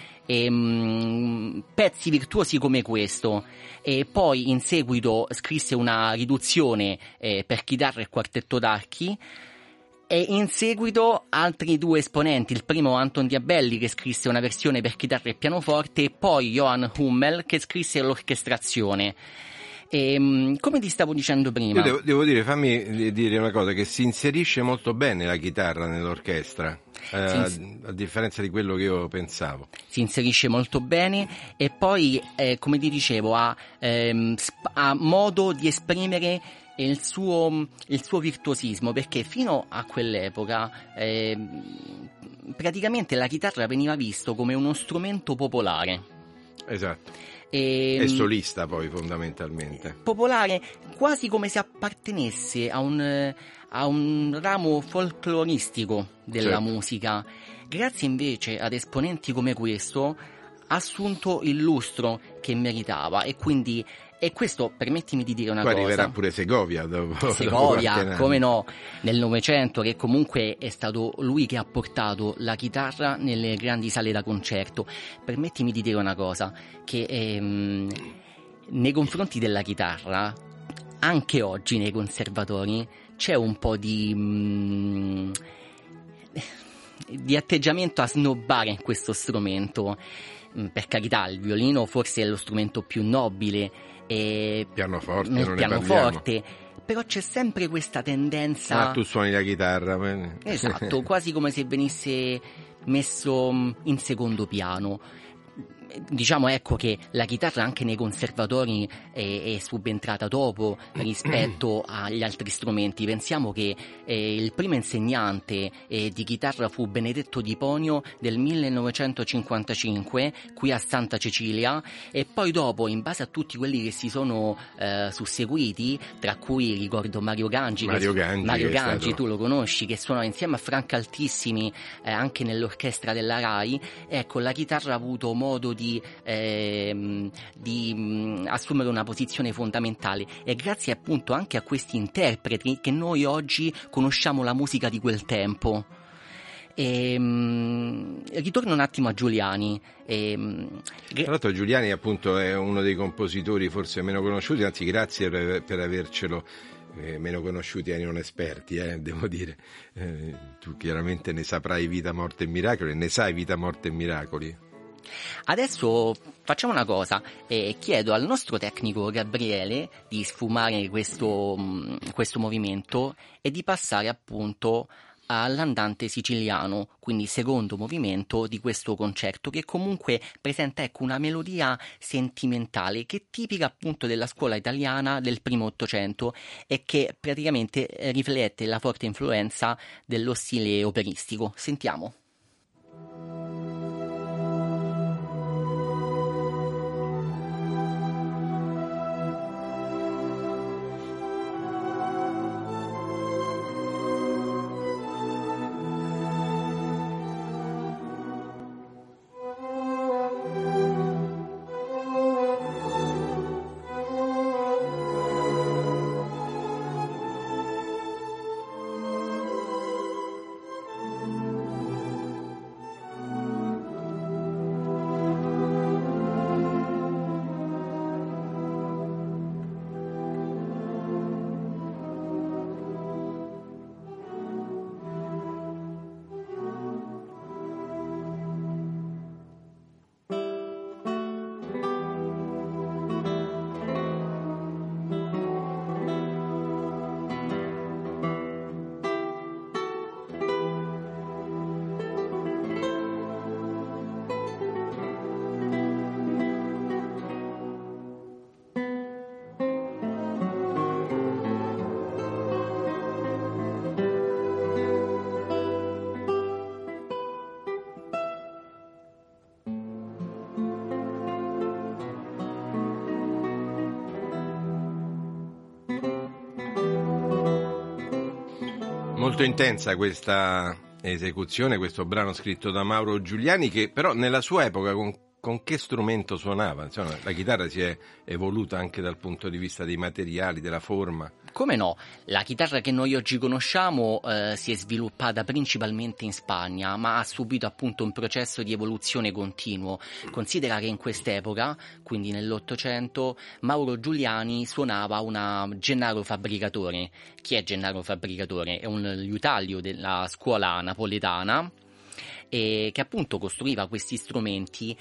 ehm, pezzi virtuosi come questo, e poi in seguito scrisse una riduzione eh, per chitarra e quartetto d'archi. E in seguito altri due esponenti, il primo Anton Diabelli, che scrisse una versione per chitarra e pianoforte, e poi Johann Hummel, che scrisse l'orchestrazione. E, come ti stavo dicendo prima... Io devo, devo dire, fammi dire una cosa, che si inserisce molto bene la chitarra nell'orchestra, eh, Sì, a, a differenza di quello che io pensavo. si inserisce molto bene, e poi, eh, come ti dicevo, ha, ehm, sp- ha modo di esprimere il suo, il suo virtuosismo, perché fino a quell'epoca eh, praticamente la chitarra veniva visto come uno strumento popolare. Esatto. E, È solista poi fondamentalmente. popolare, quasi come se appartenesse a un, a un ramo folcloristico della Certo. musica. Grazie invece ad esponenti come questo ha assunto il lustro che meritava, e quindi, e questo permettimi di dire una Poi cosa. arriverà pure Segovia dopo, dopo Segovia, qualche anno. come no, nel Novecento, che comunque è stato lui che ha portato la chitarra nelle grandi sale da concerto. Permettimi di dire una cosa, che ehm, nei confronti della chitarra, anche oggi nei conservatori, c'è un po' di... mm, di atteggiamento a snobbare questo strumento. Mm, Per carità, il violino forse è lo strumento più nobile, e Pianoforte, nel non ne pianoforte, però c'è sempre questa tendenza. Ah, tu suoni la chitarra. bene. Esatto, quasi come se venisse messo mm, in secondo piano. diciamo ecco che la chitarra anche nei conservatori è, è subentrata dopo rispetto agli altri strumenti. Pensiamo che eh, il primo insegnante eh, di chitarra fu Benedetto Di Ponio del millenovecentocinquantacinque qui a Santa Cecilia, e poi dopo, in base a tutti quelli che si sono eh, susseguiti, tra cui ricordo Mario Gangi, Mario che, Gangi, Mario che Gangi stato... tu lo conosci, che suona insieme a Franco Altissimi eh, anche nell'orchestra della Rai. Ecco, la chitarra ha avuto modo di, ehm, di mh, assumere una posizione fondamentale, e grazie appunto anche a questi interpreti che noi oggi conosciamo la musica di quel tempo. E, mh, ritorno un attimo a Giuliani. E, mh, Tra l'altro Giuliani appunto è uno dei compositori forse meno conosciuti, anzi grazie per, per avercelo eh, meno conosciuti ai non esperti, eh, devo dire. Eh, tu chiaramente ne saprai Vita, Morte e Miracoli, ne sai Vita, Morte e Miracoli? Adesso facciamo una cosa, eh, chiedo al nostro tecnico Gabriele di sfumare questo, mh, questo movimento e di passare appunto all'andante siciliano, quindi secondo movimento di questo concerto, che comunque presenta ecco una melodia sentimentale che è tipica appunto della scuola italiana del primo Ottocento e che praticamente riflette la forte influenza dello stile operistico. Sentiamo. Molto intensa questa esecuzione, questo brano scritto da Mauro Giuliani, che però nella sua epoca con, con che strumento suonava? Insomma, la chitarra si è evoluta anche dal punto di vista dei materiali, della forma. Come no? La chitarra che noi oggi conosciamo eh, si è sviluppata principalmente in Spagna, ma ha subito appunto un processo di evoluzione continuo. Considera che in quest'epoca, quindi nell'Ottocento, Mauro Giuliani suonava una Gennaro Fabbricatore. Chi è Gennaro Fabbricatore? È un liutaio della scuola napoletana e che appunto costruiva questi strumenti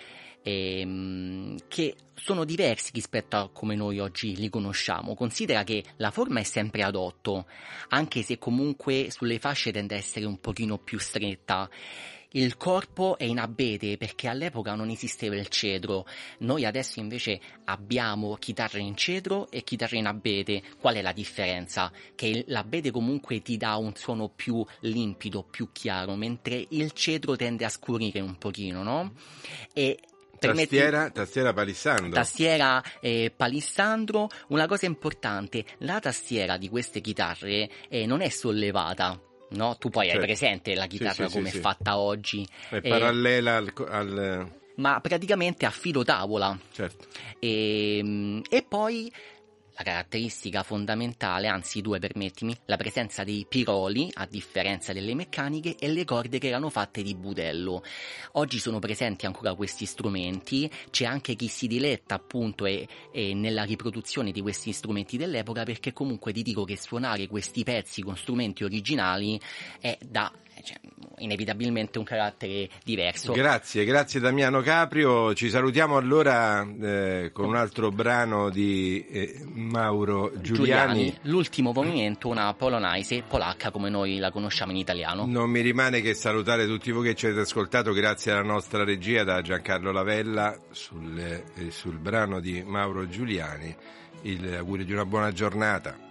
ehm, che sono diversi rispetto a come noi oggi li conosciamo. Considera che la forma è sempre ad otto, anche se comunque sulle fasce tende a essere un pochino più stretta. Il corpo è in abete perché all'epoca non esisteva il cedro. Noi adesso invece abbiamo chitarre in cedro e chitarre in abete. Qual è la differenza? Che l'abete comunque ti dà un suono più limpido, più chiaro, mentre il cedro tende a scurire un pochino, no? E Tastiera, tastiera palissandro. Tastiera eh, palissandro. Una cosa importante, la tastiera di queste chitarre eh, non è sollevata. No, tu poi certo. Hai presente la chitarra sì, sì, come sì, è fatta sì. oggi. È eh, parallela al, al... Ma praticamente a filo tavola. Certo. E, e poi la caratteristica fondamentale, anzi due permettimi, la presenza dei piroli, a differenza delle meccaniche, e le corde che erano fatte di budello. Oggi sono presenti ancora questi strumenti, c'è anche chi si diletta appunto e, e nella riproduzione di questi strumenti dell'epoca, perché comunque ti dico che suonare questi pezzi con strumenti originali è da... Cioè, inevitabilmente un carattere diverso. Grazie, grazie Damiano Caprio. Ci salutiamo allora eh, con un altro brano di eh, Mauro Giuliani. Giuliani, l'ultimo movimento, una polonaise polacca come noi la conosciamo in italiano. Non mi rimane che salutare tutti voi che ci avete ascoltato, grazie alla nostra regia da Giancarlo Lavella sul, eh, sul brano di Mauro Giuliani. Il augurio di una buona giornata.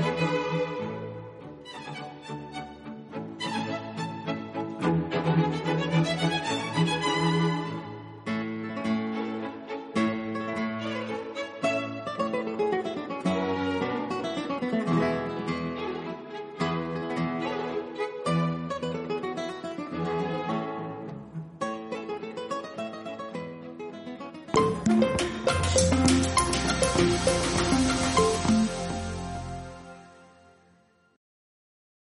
Thank you.